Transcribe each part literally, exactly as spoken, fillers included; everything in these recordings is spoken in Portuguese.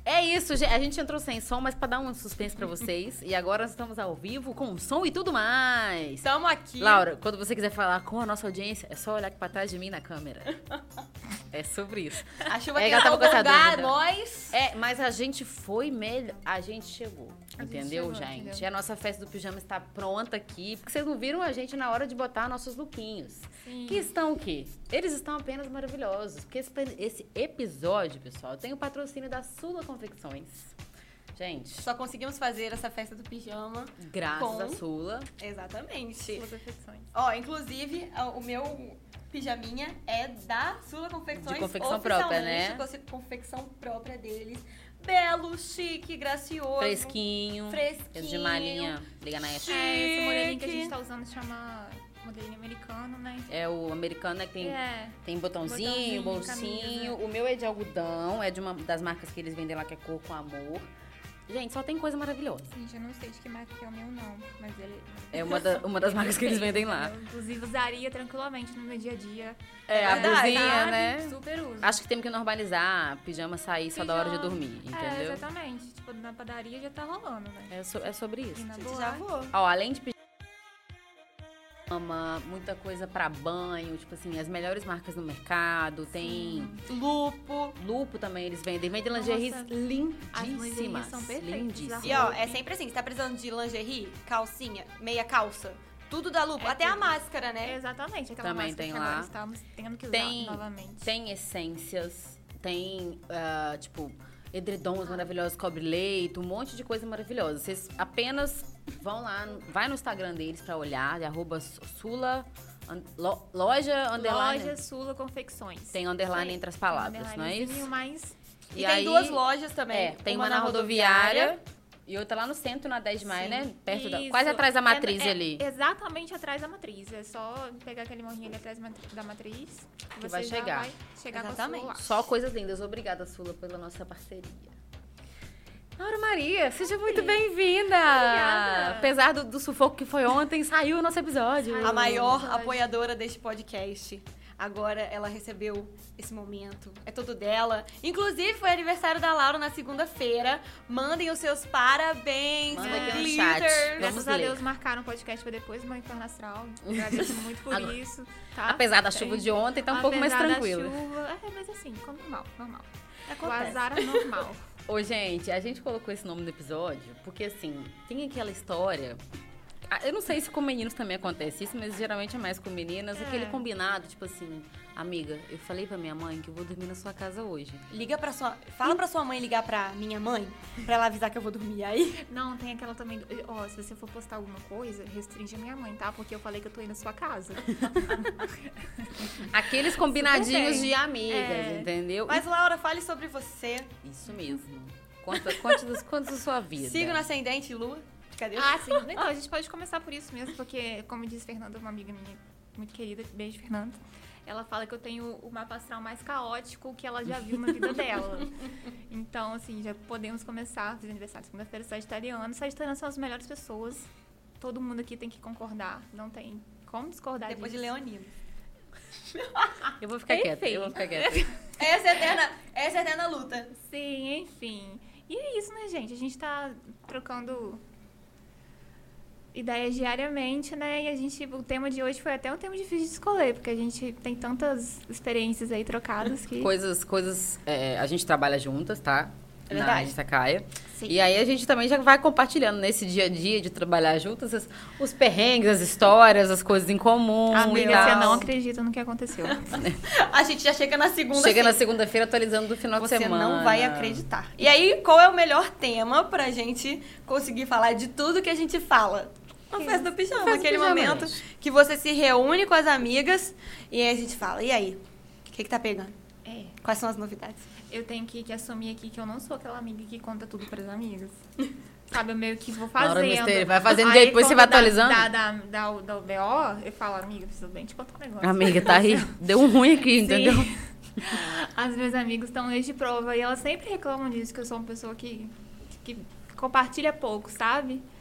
É isso, gente. A gente entrou sem som, mas pra dar um suspense pra vocês. E agora nós estamos ao vivo com som e tudo mais. Estamos aqui. Laura, quando você quiser falar com a nossa audiência, é só olhar aqui pra trás de mim na câmera. É sobre isso. A chuva é, tentou alongar dúvida. nós. É, mas a gente foi melhor. A gente chegou. A entendeu, gente? Chegou, gente? entendeu? E a nossa festa do pijama está pronta aqui. Porque vocês não viram a gente na hora de botar nossos lookinhos. Sim. Que estão o quê? Eles estão apenas maravilhosos. Porque esse, esse episódio, pessoal, tem o patrocínio da Sula Confecções. Gente. Só conseguimos fazer essa festa do pijama. Graças com... à Sula. Exatamente. Sula Confecções. Ó, inclusive, o meu pijaminha é da Sula Confecções. De confecção própria, né? Confecção própria deles. Belo, chique, gracioso. Fresquinho. Fresquinho. De malinha. Liga na F. É, esse modelinho que a gente tá usando chama modelinho americano, né? É o americano, né? Que tem, É. tem botãozinho, Botãozinho, bolsinho. camisa. O meu é de algodão. É de uma das marcas que eles vendem lá, que é Cor com Amor. Gente, só tem coisa maravilhosa. Gente, eu não sei de que marca que é o meu, não. Mas ele... É uma, da, uma das marcas que eles vendem lá. Eu, inclusive, usaria tranquilamente no meu dia a dia. É, a verdade, blusinha, Sabe? né? Super uso. Acho que temos que normalizar pijama sair só da hora de Pijama. dormir, É, entendeu? exatamente. Tipo, na padaria já tá rolando, né? É, so- é sobre E isso. na Gente, boate. já vou. Ó, além de pijama, muita coisa pra banho, tipo assim, as melhores marcas no mercado. Tem Lupo. Lupo também, eles vendem. Vendem lingeries Nossa, lindíssimas. as lingeries são perfeitas. Lindíssimas. E ó, é sempre assim, você tá precisando de lingerie, calcinha, meia calça, tudo da Lupo. É Até a tudo. máscara, né? Exatamente. Aquela Também máscara tem que lá. agora estamos tendo que usar Tem, novamente. tem essências, tem, ah, tipo, edredons maravilhosos, cobre-leito, um monte de coisa maravilhosa. Vocês apenas vão lá, vai no Instagram deles pra olhar, é arroba sula, un- lo- loja, underline. Loja Sula Confecções. Tem underline Sim. entre as palavras, Tem um não é isso? underlinezinho mais... E, tem aí- duas lojas também. É, tem uma, na rodoviária e outra lá no centro, na dez de maio, né? Perto da, Isso. quase atrás da matriz É- é ali. Exatamente atrás da matriz. É só pegar aquele morrinho ali atrás da matriz. Que você vai já chegar. Vai chegar Exatamente. com a sua lá. Só coisas lindas. Obrigada, Sula, pela nossa parceria. Laura Maria, seja muito bem-vinda! Obrigada. Apesar do, do sufoco que foi ontem, saiu o nosso episódio. Saiu. A maior Verdade. apoiadora deste podcast. Agora ela recebeu esse momento. É todo dela. Inclusive, foi aniversário da Laura na segunda-feira. Mandem os seus parabéns. Manda aqui no glitters. chat. Graças Vamos a ler. Deus marcaram o podcast pra depois do meu inferno astral. Agradeço muito por Agora- isso. Tá? Apesar da chuva de ontem, tá um pouco mais Apesar da tranquilo. chuva, é, mas assim, normal, normal. O Acontece. azar é normal. Ô, gente, a gente colocou esse nome no episódio porque, assim, tem aquela história... Ah, eu não sei se com meninos também acontece isso, mas geralmente é mais com meninas. É. Aquele combinado, tipo assim... Amiga, eu falei pra minha mãe que eu vou dormir na sua casa hoje. Liga pra sua... Fala pra sua mãe ligar pra minha mãe, pra ela avisar que eu vou dormir aí. Não, tem aquela também. do- Ó, se você for postar alguma coisa, restringe a minha mãe, tá? Porque eu falei que eu tô indo na sua casa. Aqueles combinadinhos bem. de amigas, É. entendeu? Mas, Laura, fale sobre você. Isso mesmo. Conta, conte dos, conte da sua vida. Siga no ascendente, Lua. Cadê? Ah, sim. Então, a gente pode começar por isso mesmo, porque, como diz Fernanda, uma amiga minha muito querida, beijo, Fernanda. Ela fala que eu tenho o mapa astral mais caótico que ela já viu na vida dela. Então, assim, já podemos começar. Fiz aniversário segunda-feira, sagitariano. Sagitarianos são as melhores pessoas. Todo mundo aqui tem que concordar. Não tem como discordar Depois de disso. Leonino. Eu vou ficar quieta, Enfim. eu vou ficar quieta. Essa é a eterna, essa é a eterna luta. Sim, enfim. E é isso, né, gente? A gente tá trocando ideias diariamente, né? E a gente, o tema de hoje foi até um tema difícil de escolher, porque a gente tem tantas experiências aí trocadas que... Coisas, coisas... é, a gente trabalha juntas, tá? É Na verdade. Itacaia. Sim. E aí a gente também já vai compartilhando nesse dia a dia de trabalhar juntas as- os perrengues, as histórias, as coisas em comum e Amiga, tal. você não acredita no que aconteceu. A gente já chega na segunda. Chega assim, na segunda-feira atualizando do final Você de semana. não vai acreditar. E aí, qual é o melhor tema pra gente conseguir falar de tudo que a gente fala? Uma Isso. festa do pijama, Uma festa do aquele pijama, momento gente. que você se reúne com as amigas e aí a gente fala, e aí? O que, que tá pegando? É, Quais são as novidades? eu tenho que, que assumir aqui que eu não sou aquela amiga que conta tudo para as amigas. Sabe, eu meio que vou fazendo. Laura Mistério, vai fazendo, Aí, depois você quando vai dá- atualizando? Dá, dá, dá, o- dá o B O, eu falo, amiga, preciso bem te contar um negócio. Amiga, tá aí. Deu um ruim aqui, entendeu? Sim. As minhas amigas estão hoje de prova e elas sempre reclamam disso, que eu sou uma pessoa que, que compartilha pouco, sabe?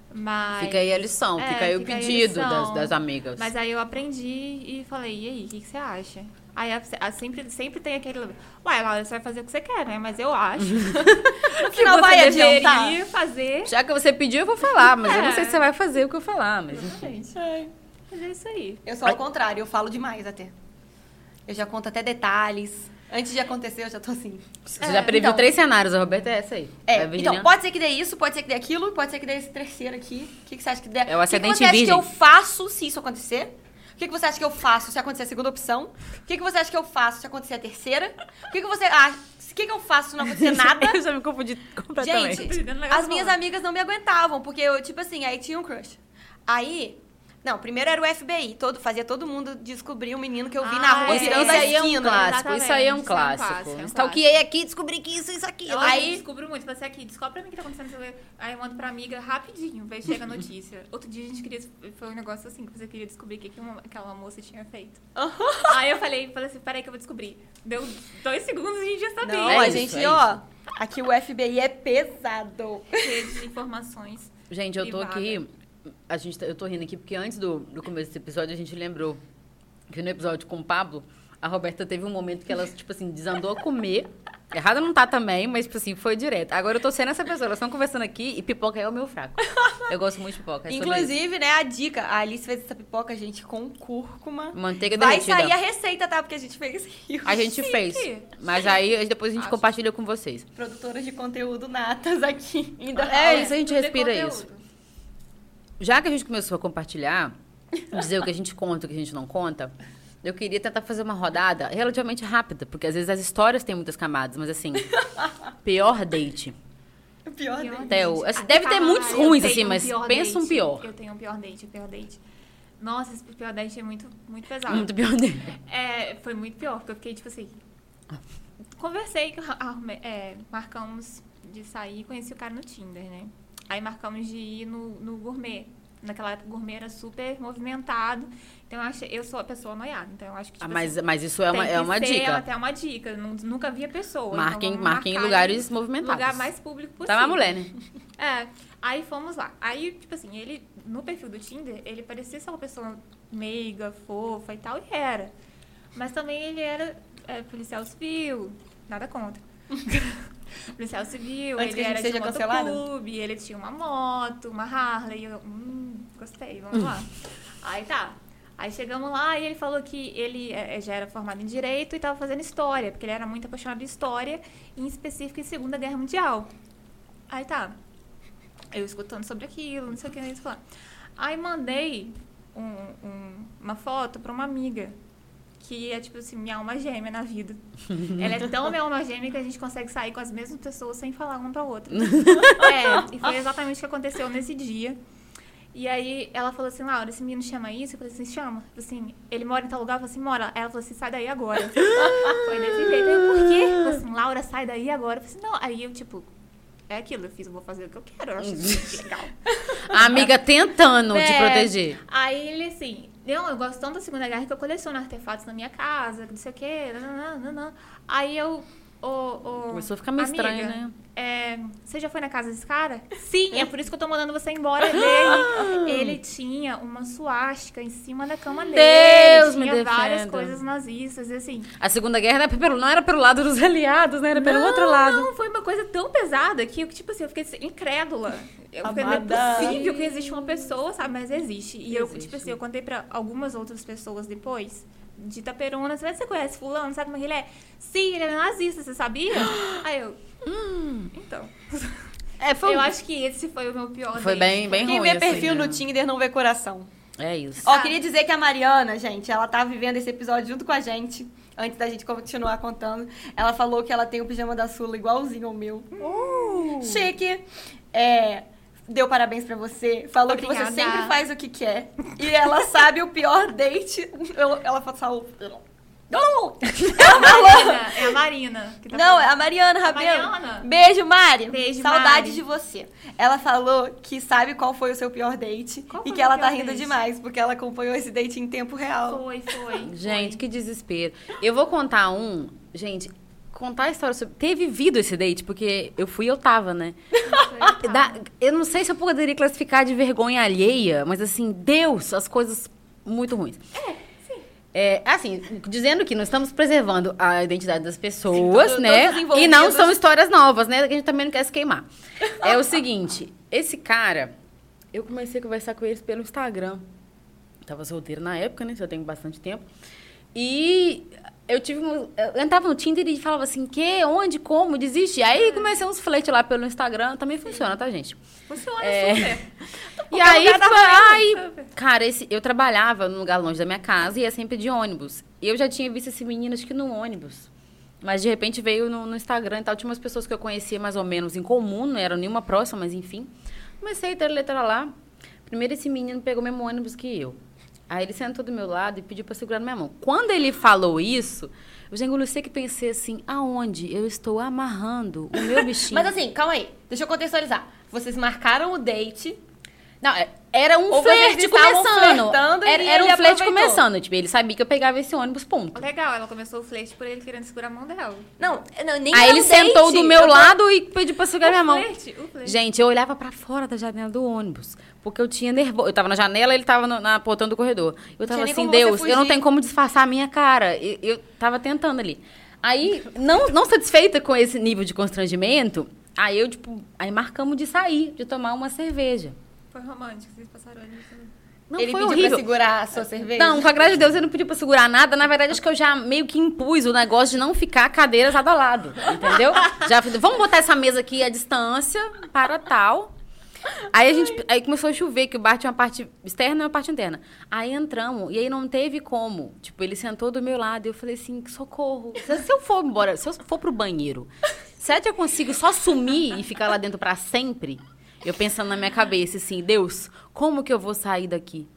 Mas... Fica aí a lição, É, fica aí o fica aí a pedido lição. das, das amigas. Mas aí eu aprendi e falei, e aí, o que, que você acha? Aí a, a, sempre, sempre tem aquele... Uai, Laura, você vai fazer o que você quer, né? Mas eu acho No que final você vai deveria adiantar. fazer... Já que você pediu, eu vou falar, mas eu não É. sei se você vai fazer o que eu falar, mas enfim. Exatamente. Ai. Mas é isso aí. Eu sou ao contrário, eu falo demais até. Eu já conto até detalhes. Antes de acontecer, eu já tô assim. Você É, já previu então. três cenários, a Roberta é essa aí. É, Vai então, virginiano. pode ser que dê isso, pode ser que dê aquilo, pode ser que dê esse terceiro aqui. O que, que você acha que dê? É o O acidente que, que você acha virgem. que eu faço se isso acontecer? O que, que você acha que eu faço se acontecer a segunda opção? O que, que você acha que eu faço se acontecer a terceira? O que, que você acha? O que, que eu faço se não acontecer nada? Eu já me confundi completamente. Gente, Entendendo o negócio as minhas bom. amigas não me aguentavam, porque eu, tipo assim, aí tinha um crush. Aí, não, primeiro era o F B I, todo, fazia todo mundo descobrir um menino que eu vi Ah, na rua, é, virando isso a aí é um esquina. clássico, isso aí é um Exatamente, clássico. isso é um clássico, é um Stalkeei aqui, descobri que isso, isso, aquilo. Eu Aí- aí descubro muito, você aqui, descobre pra mim o que tá acontecendo. Você vê. Aí eu mando pra amiga rapidinho, vai chega a notícia. Outro dia a gente queria. Foi um negócio assim, que você queria descobrir o que, que uma- aquela moça tinha feito. Aí eu falei, falei assim, peraí que eu vou descobrir. Deu dois segundos e a gente já sabia. Não, É a isso, gente, é ó, aqui o F B I é pesado. Cheio de informações. Gente, eu tô privada. aqui. A gente, tá- eu tô rindo aqui porque antes do, do começo desse episódio a gente lembrou que no episódio com o Pablo, a Roberta teve um momento que ela, tipo assim, desandou a comer. Errada não tá também, mas, tipo assim, foi direto. Agora eu tô sendo essa pessoa, elas estão conversando aqui e pipoca é o meu fraco. Eu gosto muito de pipoca. É sobre isso. Inclusive, né, a dica, a Alice fez essa pipoca, gente, com cúrcuma. Manteiga Vai derretida. sair a receita, tá? Porque a gente fez aqui. A gente fez. Mas aí depois a gente Acho. compartilha com vocês. Produtoras de conteúdo natas aqui. Ainda É isso, a gente Tudo é respira conteúdo. isso. Já que a gente começou a compartilhar, dizer o que a gente conta e o que a gente não conta, eu queria tentar fazer uma rodada relativamente rápida, porque às vezes as histórias têm muitas camadas, mas assim, pior date. O pior Pior dele. Theo, date. assim, deve ter muitos eu ruins, tenho assim, um mas pior pensa um date. pior. Eu tenho um pior date, um pior date. Nossa, esse pior date é muito, muito pesado. Muito pior date. É, foi muito pior, porque eu fiquei, tipo assim... Conversei, arrumei- é, marcamos de sair e conheci o cara no Tinder, né? Aí marcamos de ir no, no gourmet. Naquela época o gourmet era super movimentado. Então eu, achei, eu sou a pessoa noiada. Então eu acho que, tipo Ah, mas, assim, mas isso é uma, tem é que uma ser dica. até uma dica. Nu- Nunca vi a pessoa. Marquem, então vamos marquem em marcar lugares em movimentados. lugar mais público possível. Tá uma mulher, né? É, aí fomos lá. Aí, tipo assim, ele, no perfil do Tinder, ele parecia ser uma pessoa meiga, fofa e tal, e era. Mas também ele era é, policial civil, nada contra. Policial civil, Antes que ele a gente era de seja cancelada? motoclube, ele tinha uma moto, uma Harley, eu, hum, gostei, vamos lá. Aí tá. Aí chegamos lá e ele falou que ele é, já era formado em Direito e estava fazendo História, porque ele era muito apaixonado em História, em específico em Segunda Guerra Mundial. Aí tá. Eu escutando sobre aquilo, não sei o que, isso falar. Aí mandei um- um- uma foto pra uma amiga, que é, tipo assim, minha alma gêmea na vida. Ela é tão minha alma gêmea que a gente consegue sair com as mesmas pessoas sem falar uma pra outra. É, e foi exatamente o que aconteceu nesse dia. E aí ela falou assim, Laura, esse menino chama isso? Eu falei assim, chama. Eu falei assim, ele mora em tal lugar? Eu falei assim, mora. Ela falou assim, sai daí agora. Foi desse jeito. Eu, por quê? Eu falei assim, Laura, sai daí agora. Eu falei assim, não. Aí eu, tipo, é aquilo, eu fiz, eu vou fazer o que eu quero. Eu acho isso legal. A amiga tentando te É. proteger. Aí ele assim, não, eu gosto tanto da Segunda Guerra que eu coleciono artefatos na minha casa, não sei o quê. Nananã, nananã. Aí eu. Ô, ô, Começou a ficar meio amiga, estranho, né? É, você já foi na casa desse cara? Sim, é por isso que eu tô mandando você embora dele. Ele tinha uma suástica em cima da cama dele. Deus me tinha várias defenda. coisas nazistas, e assim. A Segunda Guerra era pelo, não era pelo lado dos aliados, né? Era pelo outro lado. Não, foi uma coisa tão pesada que eu, tipo assim, eu fiquei assim, incrédula. Eu fiquei, não é Amada. possível que existe uma pessoa, sabe? Mas existe. E eu, Existe. tipo assim, eu contei pra algumas outras pessoas depois, de Itaperuna, você você conhece fulano, sabe como é que ele é? Sim, ele é nazista, você sabia? Aí eu, hum, então. É, foi, Eu acho que esse foi o meu pior foi date. bem, bem Quem ruim, vê perfil assim, no né? Tinder não vê coração. É isso. Ó, Ah. queria dizer que a Mariana, gente, ela tá vivendo esse episódio junto com a gente. Antes da gente continuar contando. Ela falou que ela tem o pijama da Sula igualzinho ao meu. Uh. Chique. É, deu parabéns pra você. Falou que Obrigada. você sempre faz o que quer. E ela sabe o pior date. Eu- ela falou... Ela falou... Marina, é a Marina. Que tá Não, falando. é a Mariana Rabelo. Mariana? Beijo, Mari. Beijo, Saudades Mari. de você. Ela falou que sabe qual foi o seu pior date Qual e foi que o ela pior tá rindo date? demais, porque ela acompanhou esse date em tempo real. Foi, foi. Gente, foi. que desespero. Eu vou contar um, gente, contar a história sobre... Ter vivido esse date, porque eu fui e eu tava, né? Da- eu não sei se eu poderia classificar de vergonha alheia, mas assim, Deus, as coisas muito ruins. É, sim. É, assim, dizendo que nós estamos preservando a identidade das pessoas, Sim, né? todos envolvidos. E não são histórias novas, né? Que a gente também não quer se queimar. É o seguinte, esse cara, eu comecei a conversar com eles pelo Instagram. Tava solteira na época, né? Já tem bastante tempo. E eu tive um, eu entrava no Tinder e falava assim, que, onde, como, desiste. Aí comecei uns flerte lá pelo Instagram, também funciona, tá, gente? Funciona É. super. E aí, lugar dá foi- valendo. aí, cara, esse, eu trabalhava num lugar longe da minha casa e ia sempre de ônibus. E eu já tinha visto esse menino, acho que no ônibus. Mas de repente veio no, no Instagram e tal. Tinha umas pessoas que eu conhecia mais ou menos em comum, não eram nenhuma próxima, mas enfim. Comecei a ter letra lá. Primeiro esse menino pegou o mesmo ônibus que eu. Aí ele sentou do meu lado e pediu pra segurar na minha mão. Quando ele falou isso, eu já engoli que pensei assim, aonde eu estou amarrando o meu bichinho? Mas assim, calma aí. Deixa eu contextualizar. Vocês marcaram o date. Não, é- era um Ou vocês flerte estavam começando. flertando e Era, ele era um flerte aproveitou. começando. Tipo, ele sabia que eu pegava esse ônibus, ponto. Legal, ela começou o flerte por ele querendo segurar a mão dela. Não, não nem Aí era ele um sentou date. do meu Eu tô- lado e pediu pra segurar minha o mão. flerte, o flerte. Gente, eu olhava pra fora da janela do ônibus. Porque eu tinha nervoso. Eu tava na janela, ele tava no, na portão do corredor. Eu tava tinha nem assim, como você Deus, eu não fugir. tenho como disfarçar a minha cara. Eu, eu tava tentando ali. Aí, não, não satisfeita com esse nível de constrangimento, aí eu, tipo, aí marcamos de sair, de tomar uma cerveja. Foi romântico, vocês passaram ali. Não, Ele foi pediu horrível. pra segurar a sua cerveja? Não, com a graça de Deus, ele não pediu pra segurar nada. Na verdade, acho que eu já meio que impus o negócio de não ficar cadeiras lado a lado. Entendeu? Já falei, vamos botar essa mesa aqui à distância para tal. Aí a gente. Aí começou a chover, que o bar tinha uma parte externa e uma parte interna. Aí entramos, e aí não teve como. Tipo, ele sentou do meu lado e eu falei assim: socorro. Se se eu for embora, se eu for pro banheiro, será que eu consigo só sumir e ficar lá dentro pra sempre? Eu pensando na minha cabeça, assim, Deus, como que eu vou sair daqui?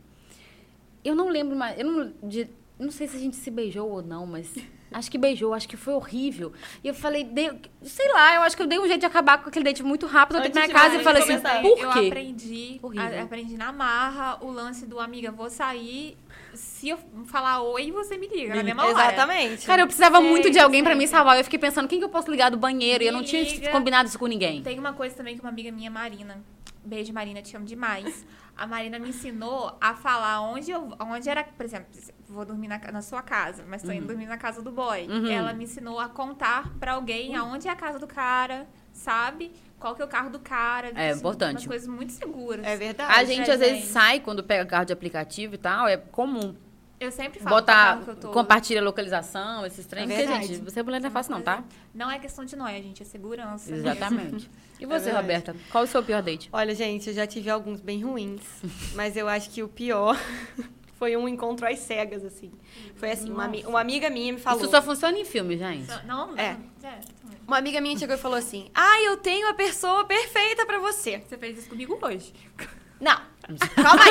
Eu não lembro mais, eu não, de, não sei se a gente se beijou ou não, mas acho que beijou, acho que foi horrível. E eu falei, Deus, sei lá, eu acho que eu dei um jeito de acabar com aquele date muito rápido. Eu Antes pra minha de casa mais e falei assim, começar. por Eu quê? aprendi, Horrível. a- aprendi na marra o lance do amiga, vou sair. Se eu falar oi, você me liga na mesma hora. Exatamente. Cara, eu precisava Sempre, muito de alguém pra me sempre. salvar. Eu fiquei pensando, quem que eu posso ligar do banheiro? E eu não Me tinha liga. combinado isso com ninguém. Tem uma coisa também que uma amiga minha, Marina, beijo Marina, te amo demais. A Marina me ensinou a falar onde eu, onde era, por exemplo, vou dormir na, na sua casa, mas tô indo dormir na casa do boy. Uhum. Ela me ensinou a contar pra alguém aonde é a casa do cara, sabe? Qual que é o carro do cara. É, assim, importante. Umas coisas muito seguras. É verdade. A gente, é, às vezes, gente. sai quando pega carro de aplicativo e tal, é comum. Eu sempre falo qual Botar, carro que eu tô. compartilha a localização, esses trem. É Porque, verdade. gente, você mulher não é fácil não, tá? Não é questão de nóia, gente, é segurança. Exatamente. E você, verdade. Roberta? Qual o seu pior date? Olha, gente, eu já tive alguns bem ruins, mas eu acho que o pior foi um encontro às cegas, assim. Foi assim, uma, ami- uma amiga minha me falou... Isso só funciona em filme, gente. Não, É. não. É, Uma amiga minha chegou e falou assim, ah, eu tenho a pessoa perfeita pra você. você fez isso comigo hoje. Não, calma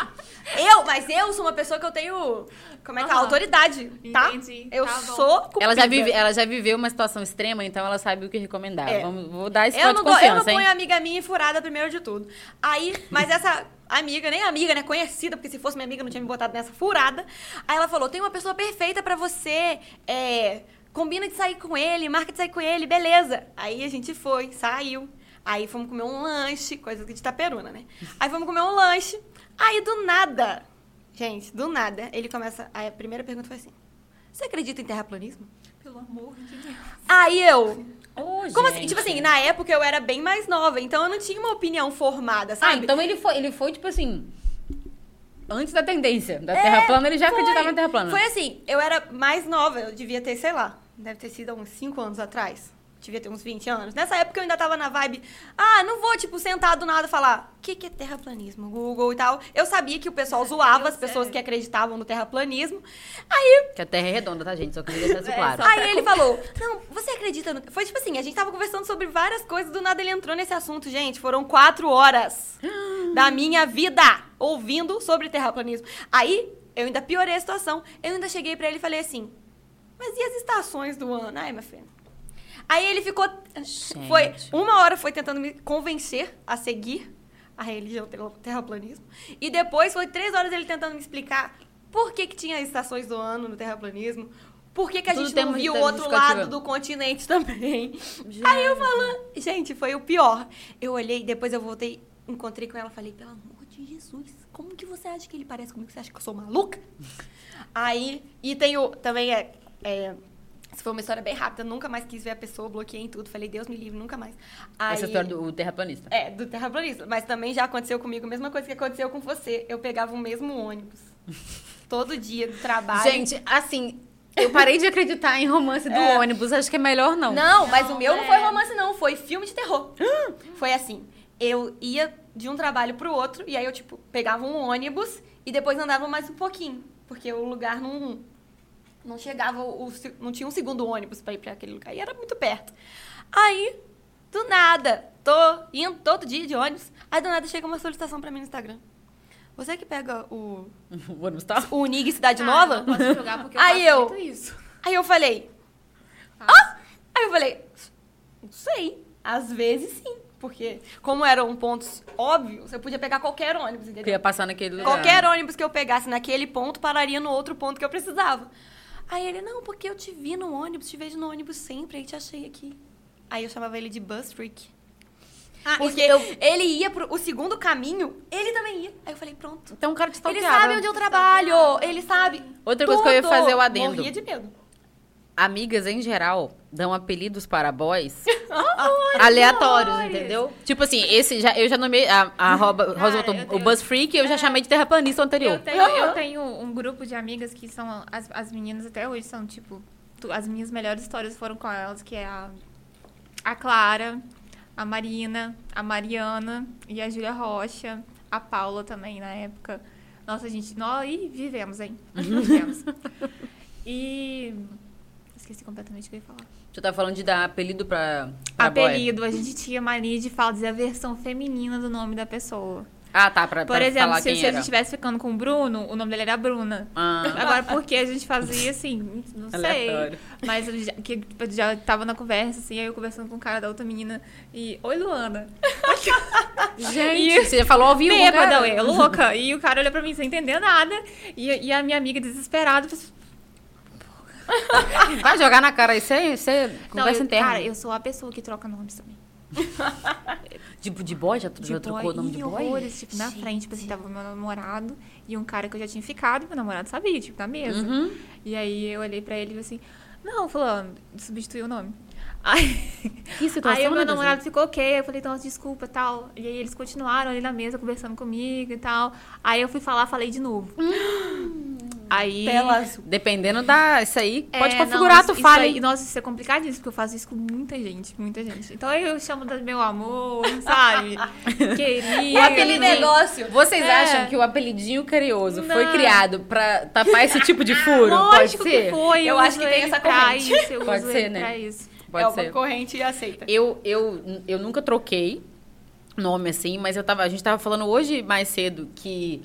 aí. Eu, mas eu sou uma pessoa que eu tenho, como é que é, Aham. autoridade, tá? Entendi, Eu tá bom. sou cumprida. Ela já, vive, ela já viveu uma situação extrema, então ela sabe o que recomendar. É. Vamos, vou dar esse Eu voto não, de dou, eu confiança, não ponho hein? amiga minha furada primeiro de tudo. Aí, mas essa amiga, nem amiga, né, conhecida, porque se fosse minha amiga não tinha me botado nessa furada. Aí ela falou, tem uma pessoa perfeita pra você, é, combina de sair com ele, marca de sair com ele, beleza. Aí a gente foi, saiu. Aí fomos comer um lanche, coisa de Itaperuna, né? Aí fomos comer um lanche. Aí do nada, gente, do nada, ele começa, aí a primeira pergunta foi assim, você acredita em terraplanismo? Pelo amor de Deus. Aí eu... Ô, Como assim? gente. Tipo assim, na época eu era bem mais nova, então eu não tinha uma opinião formada, Ah, sabe? então ele foi, ele foi, tipo assim, antes da tendência da Terra plana, ele já foi. acreditava na Terra plana. Foi assim, eu era mais nova, eu devia ter, sei lá, deve ter sido há uns cinco anos atrás. Devia ter uns vinte anos. Nessa época eu ainda tava na vibe, ah, não vou, tipo, sentar do nada e falar, o que, que é terraplanismo? Google e tal. Eu sabia que o pessoal zoava Eu as pessoas sei. que acreditavam no terraplanismo. Aí Que a Terra é redonda, tá, gente? Só que deixar isso É, claro. só- Aí ele falou, não, você acredita no... Foi tipo assim, a gente tava conversando sobre várias coisas, do nada ele entrou nesse assunto, gente. Foram quatro horas da minha vida ouvindo sobre terraplanismo. Aí, eu ainda piorei a situação. Eu ainda cheguei pra ele e falei assim, mas e as estações do ano? Ai, minha filha. Aí ele ficou... Gente. Foi, uma hora foi tentando me convencer a seguir a religião terra- terraplanismo. E depois foi três horas ele tentando me explicar por que que tinha as estações do ano no terraplanismo, Por que, que a Tudo gente não tem viu o muita outro justificativa. lado do continente também? Aí eu falo, gente, foi o pior. Eu olhei, depois eu voltei, encontrei com ela, falei, pelo amor de Jesus, como que você acha que ele parece comigo? Você acha que eu sou maluca? Aí, e tem o, também é, é, isso foi uma história bem rápida, nunca mais quis ver a pessoa, bloqueei em tudo, falei, Deus me livre, nunca mais. Aí, Essa história do terraplanista. É, do terraplanista, mas também já aconteceu comigo, a mesma coisa que aconteceu com você, eu pegava o mesmo ônibus, todo dia do trabalho. Gente, assim, eu parei de acreditar em romance do É. ônibus, acho que é melhor não. Não, mas Não, o meu não é. foi romance, não. Foi filme de terror. Foi assim. Eu ia de um trabalho pro outro, e aí eu, tipo, pegava um ônibus e depois andava mais um pouquinho. Porque o lugar não, não chegava, o, não tinha um segundo ônibus pra ir pra aquele lugar. E era muito perto. Aí, do nada, tô indo todo dia de ônibus. Aí, do nada, chega uma solicitação pra mim no Instagram. Você que pega o, O ônibus tá... o Unig Cidade Ah, Nova? eu não posso jogar porque eu Aí faço eu- muito isso. Aí eu falei, Ah, Aí eu falei, não sei, às vezes sim. Porque, como eram pontos óbvios, eu podia pegar qualquer ônibus, Que entendeu? ia passar naquele lugar. Qualquer ônibus que eu pegasse naquele ponto, pararia no outro ponto que eu precisava. Aí ele, não, porque eu te vi no ônibus, te vejo no ônibus sempre, aí te achei aqui. Aí eu chamava ele de Bus Freak. Ah, Porque isso- eu... ele ia pro o segundo caminho, ele também ia. Aí eu falei, pronto. Então o cara te Ele stalkeava. sabe onde eu trabalho, ele sabe Outra coisa que eu ia tudo. fazer o adendo. Morria de medo. Amigas, em geral, dão apelidos para boys aleatórios, amores. entendeu? Tipo assim, esse já, eu já nomeei a, a Roba, Ah, Rosa botou eu o tenho- Buzz Freak, eu já chamei de terraplanista o anterior. Eu tenho, eu tenho um grupo de amigas que são as, as meninas até hoje, são tipo, tu- as minhas melhores histórias foram com elas, que é a, a Clara, a Marina, a Mariana e a Júlia Rocha, a Paula também na época. Nossa, gente, nós ih, vivemos, hein? Vivemos. E esqueci completamente o que eu ia falar. Você tá falando de dar apelido pra, pra boy. Apelido, a gente tinha mania de falar, dizer a versão feminina do nome da pessoa. Ah, tá, pra, Por pra exemplo, falar se, quem se a era. gente estivesse ficando com o Bruno, o nome dele era Bruna. Ah, Agora, por que a gente fazia assim? Não sei. Aleatório. Mas eu já, que, tipo, já tava na conversa, assim, aí eu conversando com o cara da outra menina. E, oi, Luana. gente, você já falou ao vivo, Bêbada, cara? ué, louca. E o cara olhou pra mim sem entender nada. E, e a minha amiga desesperada. Falou assim, Vai jogar na cara, isso é, isso é não, conversa eu, interna. cara, eu sou a pessoa que troca nomes também. Tipo, de boy? Já, já De trocou boy, o nome e de boy? horrores, tipo, na frente, tipo assim, tava meu namorado e um cara que eu já tinha ficado, e meu namorado sabia, tipo, na mesa. Uhum. E aí eu olhei pra ele e falei assim, não, fulano, substituiu o nome. Aí, Que situação, aí o meu né, namorado ficou ok, eu falei, nossa, desculpa, tal. E aí eles continuaram ali na mesa conversando comigo e tal. Aí eu fui falar, falei de novo. Aí... Tela azul. Dependendo da... Isso aí, pode É, configurar, não, tu isso fala. aí- nossa, isso é complicadíssimo, porque eu faço isso com muita gente, muita gente. Então eu chamo do meu amor, sabe? Querido. O aquele negócio. Vocês É. acham que o apelidinho carinhoso foi Não. criado pra tapar esse tipo de furo? Lógico Pode ser? que foi. Eu acho que tem uso essa ele pra corrente. isso, eu Pode uso ser, ele né? pra isso. Pode é ser. uma corrente e aceita. Eu, eu, eu nunca troquei nome assim, mas eu tava, a gente tava falando hoje mais cedo que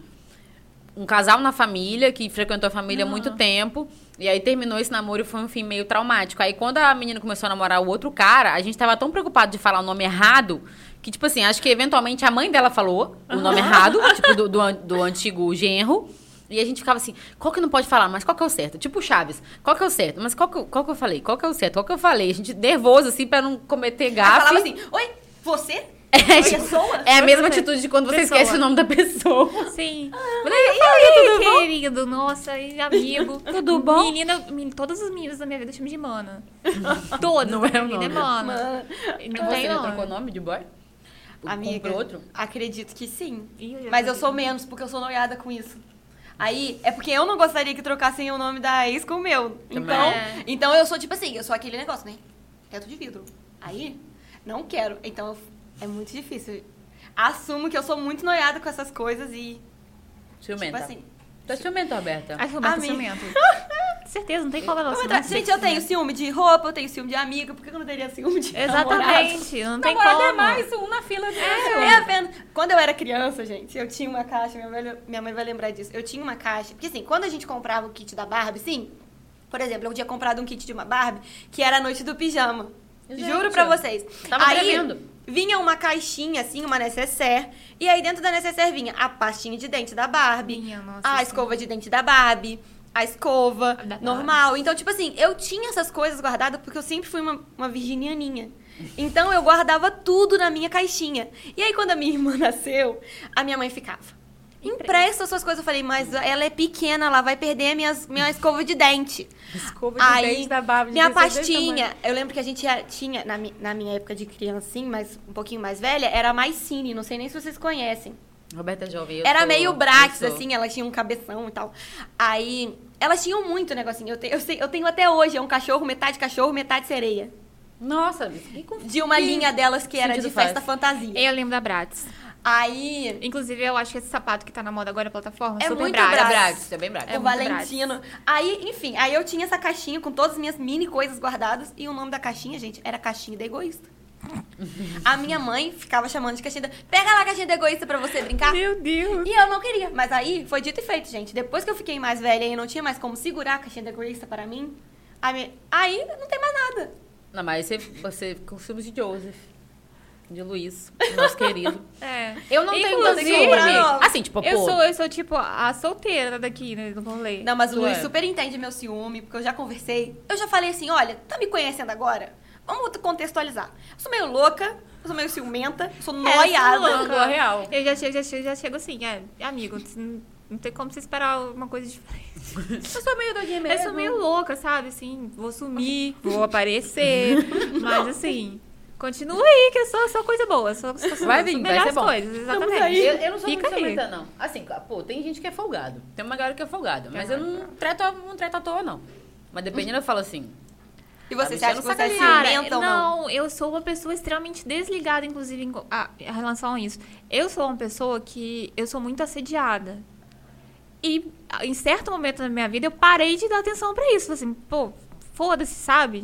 um casal na família, que frequentou a família há muito tempo, e aí terminou esse namoro e foi um fim meio traumático. Aí quando a menina começou a namorar o outro cara, a gente tava tão preocupado de falar o nome errado, que tipo assim, acho que eventualmente a mãe dela falou o nome errado, tipo do, do, an- do antigo genro. E a gente ficava assim, qual que não pode falar, mas qual que é o certo? Tipo o Chaves, qual que é o certo? Mas qual que, eu- qual que eu falei? Qual que é o certo? Qual que eu falei? A gente nervoso, assim, pra não cometer Aí gafe. falava assim, oi, você? É, tipo, Pessoa? é a mesma Você. atitude de quando você Pessoa. esquece o nome da pessoa. Sim. Falei, e aí, tudo bom? Querido, nossa, e amigo. Tudo bom? Menina, men- todas as meninas da minha vida chamam de mana. Todas. Não da é minha o vida é nome. mana. Mano, Não Você tem já nome. trocou nome de boy? amiga, Comprou outro? acredito que sim. Ih, eu já Mas eu troquei. sou menos, porque eu sou noiada com isso. Aí, é porque eu não gostaria que trocassem o nome da ex com o meu. Também. Então, É. então eu sou tipo assim, eu sou aquele negócio, né? Teto de vidro. Aí, não quero. Então, eu- é muito difícil. Assumo que eu sou muito noiada com essas coisas e, Ciumenta. tipo assim... Tu é ciumenta, Roberta? Acho que o Roberto é Amiga. ciumento. Certeza, não tem como ela Vamos ciumento. entrar- Gente, eu tenho ciúme de roupa, eu tenho ciúme de amiga, por que eu não teria ciúme de namorado? Exatamente, não tem Namorado como. é mais um na fila dele. É apenas. Quando eu era criança, gente, eu tinha uma caixa, minha mãe, minha mãe vai lembrar disso. Eu tinha uma caixa. Porque assim, quando a gente comprava o kit da Barbie, sim. Por exemplo, eu tinha comprado um kit de uma Barbie que era a noite do pijama. Gente, Juro pra vocês. tava aí tremendo. vinha uma caixinha, assim, uma necessaire. E aí dentro da necessaire vinha a pastinha de dente da Barbie, Minha nossa a senhora. escova de dente da Barbie, a escova, Da- normal. Então, tipo assim, eu tinha essas coisas guardadas porque eu sempre fui uma, uma virginianinha. Então, eu guardava tudo na minha caixinha. E aí, quando a minha irmã nasceu, a minha mãe ficava... Empresta suas coisas. Eu falei, mas ela é pequena, ela vai perder minhas, minha escova de dente. Escova de Aí, dente da Bárbara. minha devia ser desse pastinha. tamanho. Eu lembro que a gente já tinha, na, mi- na minha época de criança, assim, mas um pouquinho mais velha, era a Maicine. Não sei nem se vocês conhecem. Roberta é jovem. eu Era sou- meio Brax, eu sou. assim, elas tinham um cabeção e tal. Aí, elas tinham muito negocinho. Eu, te, eu, sei, eu tenho até hoje, é um cachorro, metade cachorro, metade sereia. Nossa, que conf- De uma que linha delas que era de sentido festa faz? fantasia. Eu lembro da Bratz. Aí, Inclusive, eu acho que esse sapato que tá na moda agora na plataforma É super muito Bratz. É Brax. Brax, é bem Brax. É o muito Valentino. Aí, enfim, aí eu tinha essa caixinha com todas as minhas mini coisas guardadas. E o nome da caixinha, gente, era Caixinha da Egoísta. A minha mãe ficava chamando de caixinha da... Pega lá a caixinha da Egoísta pra você brincar. Meu Deus. E eu não queria. Mas aí, foi dito e feito, gente. Depois que eu fiquei mais velha e não tinha mais como segurar a caixinha da Egoísta para mim, a minha- aí não tem mais nada. Não, mas você, você com os filmes de Joseph, de Luiz, nosso querido. É. Eu não tenho Inclusive, ciúme. não. Assim, tipo, Eu pô, sou, eu sou, tipo, a solteira daqui, né, do rolê. Não, mas o Tu Luiz é. super entende meu ciúme, porque eu já conversei. Eu já falei assim, olha, tá me conhecendo agora? Vamos contextualizar. Eu sou meio louca, eu sou meio ciumenta, eu sou noiada. sou louca. Louca, real. Eu já chego, já chego, já chego assim, é, amigo, não, não tem como você esperar uma coisa diferente. eu sou meio doidinha mesmo. Eu sou meio louca, sabe? Assim, vou sumir, vou aparecer, mas assim, continua aí, que eu sou, sou coisa boa. Sou, sou, sou, Vai sou vir, vai melhores ser bom. coisas, exatamente. aí. Eu, eu não sou Fica muito aí. ciumenta, não. Assim, pô, tem gente que é folgado. Tem uma galera que é folgada. Mas eu não trato, não trato à toa, não. Mas dependendo, eu falo assim... E você, Tá você acha que mexendo você é no ciumenta Cara, ou não? não, eu sou uma pessoa extremamente desligada, inclusive, em, co- a, em relação a isso. Eu sou uma pessoa que... Eu sou muito assediada. E a- em certo momento da minha vida, eu parei de dar atenção pra isso. Falei assim, pô, foda-se, sabe?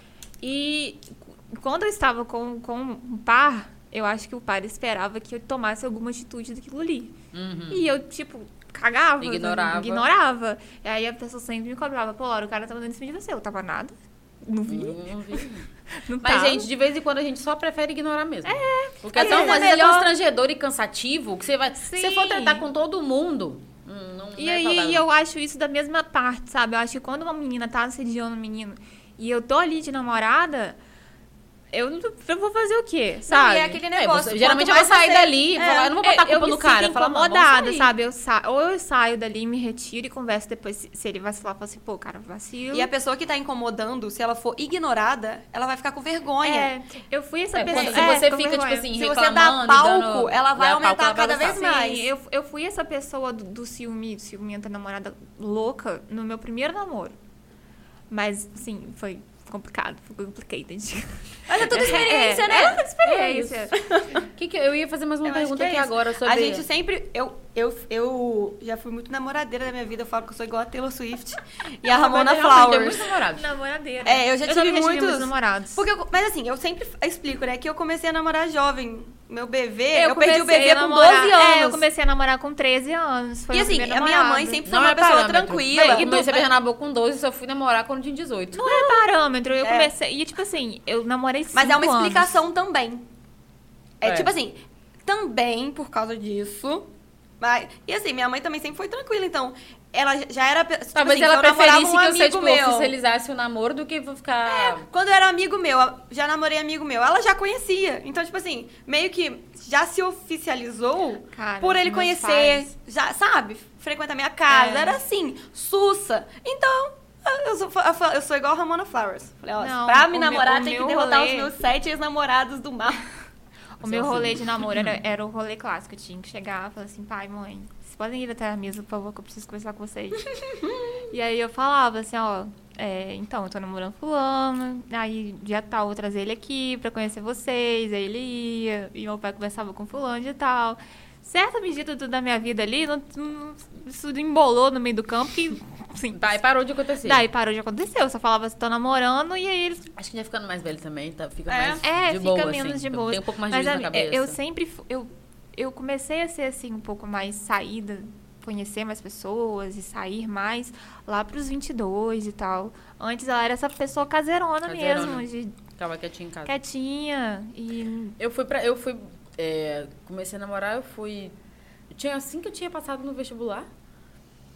E cu- quando eu estava com, com um par, eu acho que o par esperava que eu tomasse alguma atitude daquilo ali. Uhum. E eu, tipo, cagava. Ignorava. Ignorava. E aí a pessoa sempre me cobrava, pô, Laura, o cara tava dando em cima de você. Eu tava nada. Não vi. Não vi. Não Mas, tava. gente, de vez em quando a gente só prefere ignorar mesmo. É. Porque às é tão vezes é às vezes é melhor- constrangedor e cansativo que você vai. Se você for Sim. tratar com todo mundo. hum, Não, E não é aí saudável. eu acho isso da mesma parte, sabe? Eu acho que quando uma menina tá assediando um menino e eu tô ali de namorada, eu, não, eu vou fazer o quê, Não, sabe? e é aquele É, negócio. você- geralmente eu quanto vou mais sair você- dali e É. falar, eu não vou botar a eu culpa me no cara. sinto Falar, "Não, vamos incomodada, sair." sabe? Eu sa... Ou eu saio dali, me retiro e converso depois. Se se ele vacilar, eu falo assim, pô, cara, vacilo. E a pessoa que tá incomodando, se ela for ignorada, ela vai ficar com vergonha. É, eu fui essa É, pessoa. quando- se é, você com fica, vergonha. tipo assim, Se você reclamando dá e palco, dando- ela vai dá aumentar palco, ela vai cada vez avançar. mais. Sim, eu, eu fui essa pessoa do, do ciúme, ciumenta namorada louca no meu primeiro namoro. Mas, assim, foi complicado, foi complicated. Mas é tudo experiência, é, né? É, tudo experiência. Que que eu ia fazer mais uma Eu acho pergunta que é aqui isso. agora sobre. A gente sempre. Eu, eu, eu já fui muito namoradeira da minha vida. Eu falo que eu sou igual a Taylor Swift e a Ramona Mas realmente, é Flowers. muito namorado. Namoradeira. É, eu já tive também muitos- namorados. Porque eu- mas assim, eu sempre explico, né? Que eu comecei a namorar jovem. Meu bebê, eu, eu, perdi o comecei bebê a com namorar- doze anos. É, eu comecei a namorar com treze anos. Foi E meu assim, primeiro a minha mãe namorado. sempre foi Não uma é pessoa parâmetro. tranquila. Bem, eu comecei a beijar na boca com doze e só fui namorar quando tinha dezoito. Não é parâmetro. Eu É. comecei. E, tipo assim, eu namorei cinco Mas é uma anos. explicação também. É, É. tipo assim, também por causa disso. Mas, e assim, minha mãe também sempre foi tranquila, então ela já era. Tipo Talvez assim, ela se eu namorava preferisse um que você, amigo tipo, meu. oficializasse o namoro do que vou ficar. Quando eu era amigo meu, já namorei amigo meu, ela já conhecia. Então, tipo assim, meio que já se oficializou Cara, por ele meus conhecer, pais- já, sabe? Frequenta a minha casa. É. Era assim, sussa. Então, eu sou, eu sou igual a Ramona Flowers. Falei, ó, Não, pra me o meu- namorar o tem que meu derrotar rolê- os meus sete ex-namorados do mal. O meu Assim. rolê de namoro era, era o rolê clássico. Eu tinha que chegar e falar assim, pai, mãe, vocês podem ir até a mesa, por favor, que eu preciso conversar com vocês. E aí eu falava assim, ó, é, então, eu tô namorando fulano, aí dia tal, eu vou trazer ele aqui pra conhecer vocês, aí ele ia, e meu pai conversava com fulano e tal. Certa medida do- da minha vida ali, não, não, isso embolou no meio do campo que, assim, Tá, e parou de acontecer. daí parou de acontecer. Eu só falava assim, tô namorando, e aí eles Acho que já ficando mais velho também, tá? Fica É? mais É, de fica boa, menos assim. de boa. Tem um pouco mais de Mas juízo na a- cabeça. eu sempre fu- eu, eu comecei a ser assim um pouco mais saída, conhecer mais pessoas e sair mais lá pros vinte e dois e tal. Antes ela era essa pessoa caseirona, Caseirona. mesmo, de Ficava quietinho em casa. quietinha e Eu fui pra. Eu fui. é, comecei a namorar, eu fui. Eu tinha assim que eu tinha passado no vestibular.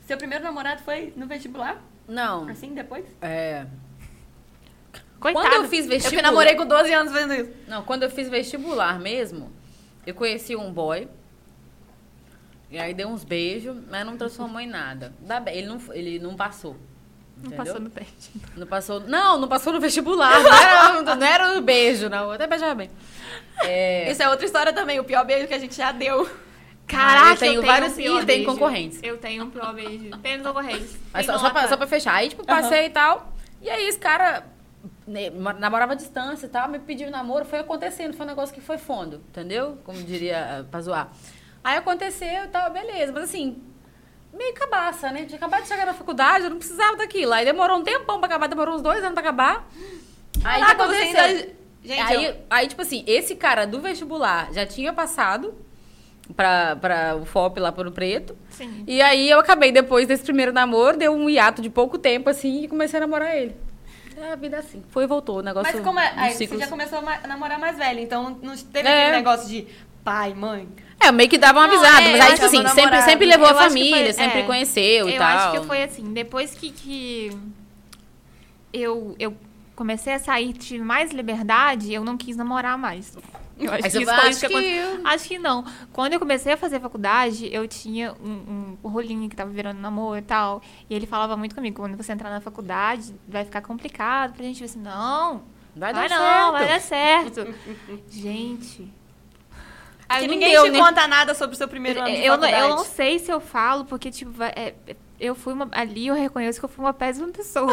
Seu primeiro namorado foi no vestibular? Não. Assim, depois? É... Coitado. Quando eu fiz vestibular... Eu que namorei com doze anos fazendo isso. Não, quando eu fiz vestibular mesmo, eu conheci um boy. E aí deu uns beijos, mas não transformou em nada. Dá bem, ele não, ele não passou. Não Entendeu? passou no teste. Não passou... Não, não passou no vestibular. Não era, não era no beijo, não. Até beijava bem. É... Isso é outra história também, o pior beijo que a gente já deu. Caraca, eu tenho eu tenho vários um pior e tem beijo. concorrentes. Eu tenho um pior beijo. Tenho concorrentes. Mas Tem só, só, pra, nota. só pra fechar. Aí, tipo, passei e tal. E aí, esse cara né, namorava à distância e tal, me pediu namoro. Foi acontecendo. Foi um negócio que foi fundo, entendeu? Como diria, pra zoar. Aí aconteceu e tal, beleza. Mas assim, meio cabaça, né? Tinha acabado de chegar na faculdade, eu não precisava daquilo. Aí demorou um tempão pra acabar, demorou uns dois anos pra acabar. Aí o que Caraca, você aconteceu? ainda... Gente, aí, eu- aí, tipo assim, esse cara do vestibular já tinha passado pra, pra o F O P lá pro Preto. Sim. E aí eu acabei, depois desse primeiro namoro, deu um hiato de pouco tempo, assim, e comecei a namorar ele. É a vida assim. Foi e voltou, o negócio... Mas como é? uns Aí você ciclos. já começou a ma- namorar mais velho, então não- não teve É. aquele negócio de pai, mãe. É, eu meio que dava uma Não, avisada, é, mas eu aí, acho tipo assim, que eu sempre, namorava. sempre levou Eu a acho que família, foi- sempre é. conheceu e Eu tal. acho que foi assim, depois que, que eu, eu comecei a sair, tive mais liberdade, eu não quis namorar mais. Eu acho Aí você que isso vai, foi acho isso que que- aconteceu. Acho que não. Quando eu comecei a fazer faculdade, eu tinha um, um rolinho que tava virando namoro e tal. E ele falava muito comigo, quando você entrar na faculdade, vai ficar complicado pra gente. Eu assim, não, Vai vai dar não, certo. vai dar certo. Gente... Porque Aí não ninguém deu, te né? conta nada sobre o seu primeiro ano de Eu, não- faculdade. eu não sei se eu falo, porque, tipo, vai- é, eu fui uma. Ali eu reconheço que eu fui uma péssima pessoa.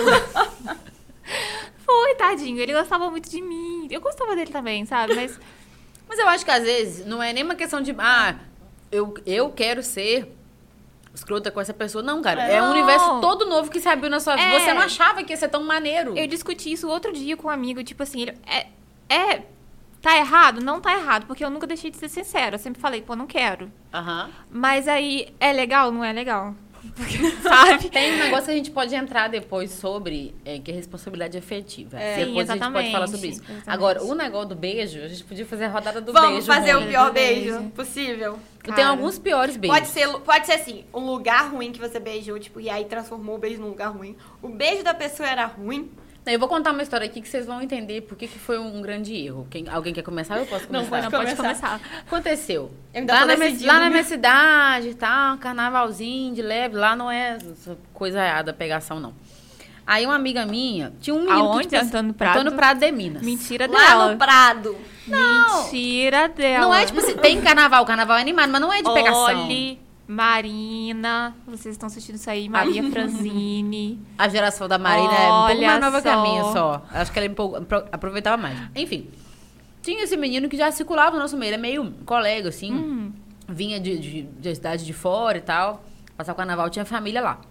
Foi, tadinho. Ele gostava muito de mim. Eu gostava dele também, sabe? Mas. Mas eu acho que às vezes não é nem uma questão de, ah, eu, eu quero ser escrota com essa pessoa. Não, cara. É, um Não. universo todo novo que se abriu na sua vida. É. Você não achava que ia ser tão maneiro. Eu discuti isso outro dia com um amigo, tipo assim, ele. É. é tá errado? Não tá errado, porque eu nunca deixei de ser sincera. Eu sempre falei, pô, não quero. Aham. Mas aí, é legal? Não é legal. Porque, sabe? Tem um negócio que a gente pode entrar depois sobre, é, que é responsabilidade afetiva. É. Depois Sim, a gente pode falar sobre exatamente, isso. exatamente. Agora, o negócio do beijo, a gente podia fazer a rodada do Vamos beijo. fazer ruim. o pior Do beijo. beijo possível. Eu tenho Cara. alguns piores beijos. Pode ser, pode ser assim, um lugar ruim que você beijou, tipo, e aí transformou o beijo num lugar ruim. O beijo da pessoa era ruim. Eu vou contar uma história aqui que vocês vão entender por que, que foi um grande erro. Quem, alguém quer começar? Eu posso Não, começar? Não, pode começar. começar. Aconteceu. Eu ainda lá tô na, minha, decidindo, lá na né? minha cidade e tal, carnavalzinho de leve, lá não é essa coisa errada, pegação, não. Aí uma amiga minha, tinha um menino Aonde? que... tipo, Antônio Prado? Antônio Prado de Minas. Mentira Lá dela. no Prado. Mentira dela. Não é tipo assim, tem carnaval, carnaval é animado, mas não é de pegação. Olhe, Marina, vocês estão assistindo isso aí, Maria Franzini. A geração da Marina é um pouco Olha mais nova que a só. minha só. Acho que ela é um pouco- apro- aproveitava mais. Enfim, tinha esse menino que já circulava no nosso meio, ele é meio colega, assim. Hum. Vinha de, de, de cidade de fora e tal. Passar o carnaval, tinha família lá.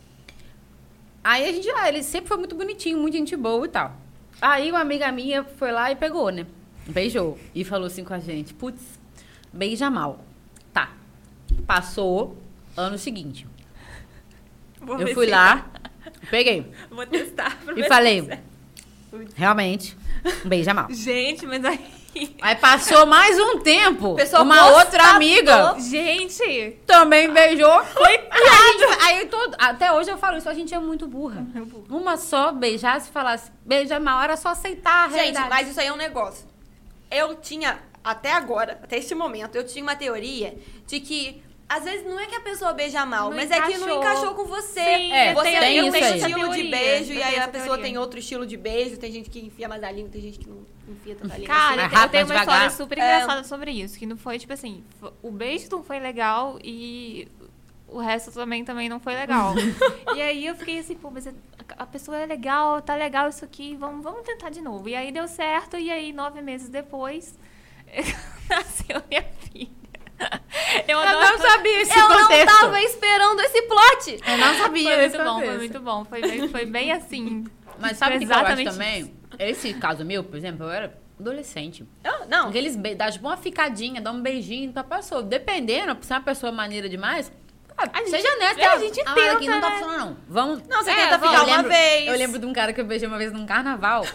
Aí a gente, ah, ele sempre foi muito bonitinho, muito gente boa e tal. Aí uma amiga minha foi lá e pegou, né? Beijou. E falou assim com a gente, putz, beija mal. Tá. Passou, ano seguinte. Vou Eu ver fui se- lá, peguei. Vou testar pra ver E se falei, dá certo. realmente, beija mal. Gente, mas aí... Aí passou mais um tempo, Pessoa uma constatou. outra amiga Gente! também beijou. Coitado! E a gente, aí todo, até hoje eu falo isso, a gente é muito burra. Uma só beijasse e falasse, beija mal, era só aceitar a Gente, realidade. mas isso aí é um negócio. Eu tinha, até agora, até este momento, eu tinha uma teoria de que às vezes não é que a pessoa beija mal, Não mas é que não encaixou. encaixou com você. Sim, É, você tem tem um isso aí. estilo Essa de teoria, beijo eu e aí tenho a essa pessoa teoria. tem outro estilo de beijo. Tem gente que enfia mais a língua, tem gente que não enfia tanta língua. Cara, Mais eu tenho- eu rápido, tenho uma devagar. história super É. engraçada sobre isso. Que não foi, tipo assim, fo- o beijo não foi legal e o resto também, também não foi legal. E aí eu fiquei assim, pô, mas a, a pessoa é legal, tá legal isso aqui, vamos, vamos tentar de novo. E aí deu certo, e aí nove meses depois nasceu minha filha. Eu, Eu não sabia esse Eu contexto. não tava esperando esse plot. Eu não sabia Foi esse muito bom, foi contexto. muito bom. Foi bem, foi bem assim. Mas sabe o que eu Exatamente acho também? Esse caso meu, por exemplo, eu era adolescente. Eu- não, Aqueles be dá tipo uma ficadinha, dá um beijinho pra pessoa. Dependendo, se é uma pessoa maneira demais, cara, A gente- seja honesta. é, a ah, gente ah, tenta, aqui não tá né? funcionando, não. Vamos. Não, você É, tenta vamos. ficar Eu uma lembro- vez. Eu lembro de um cara que eu beijei uma vez num carnaval.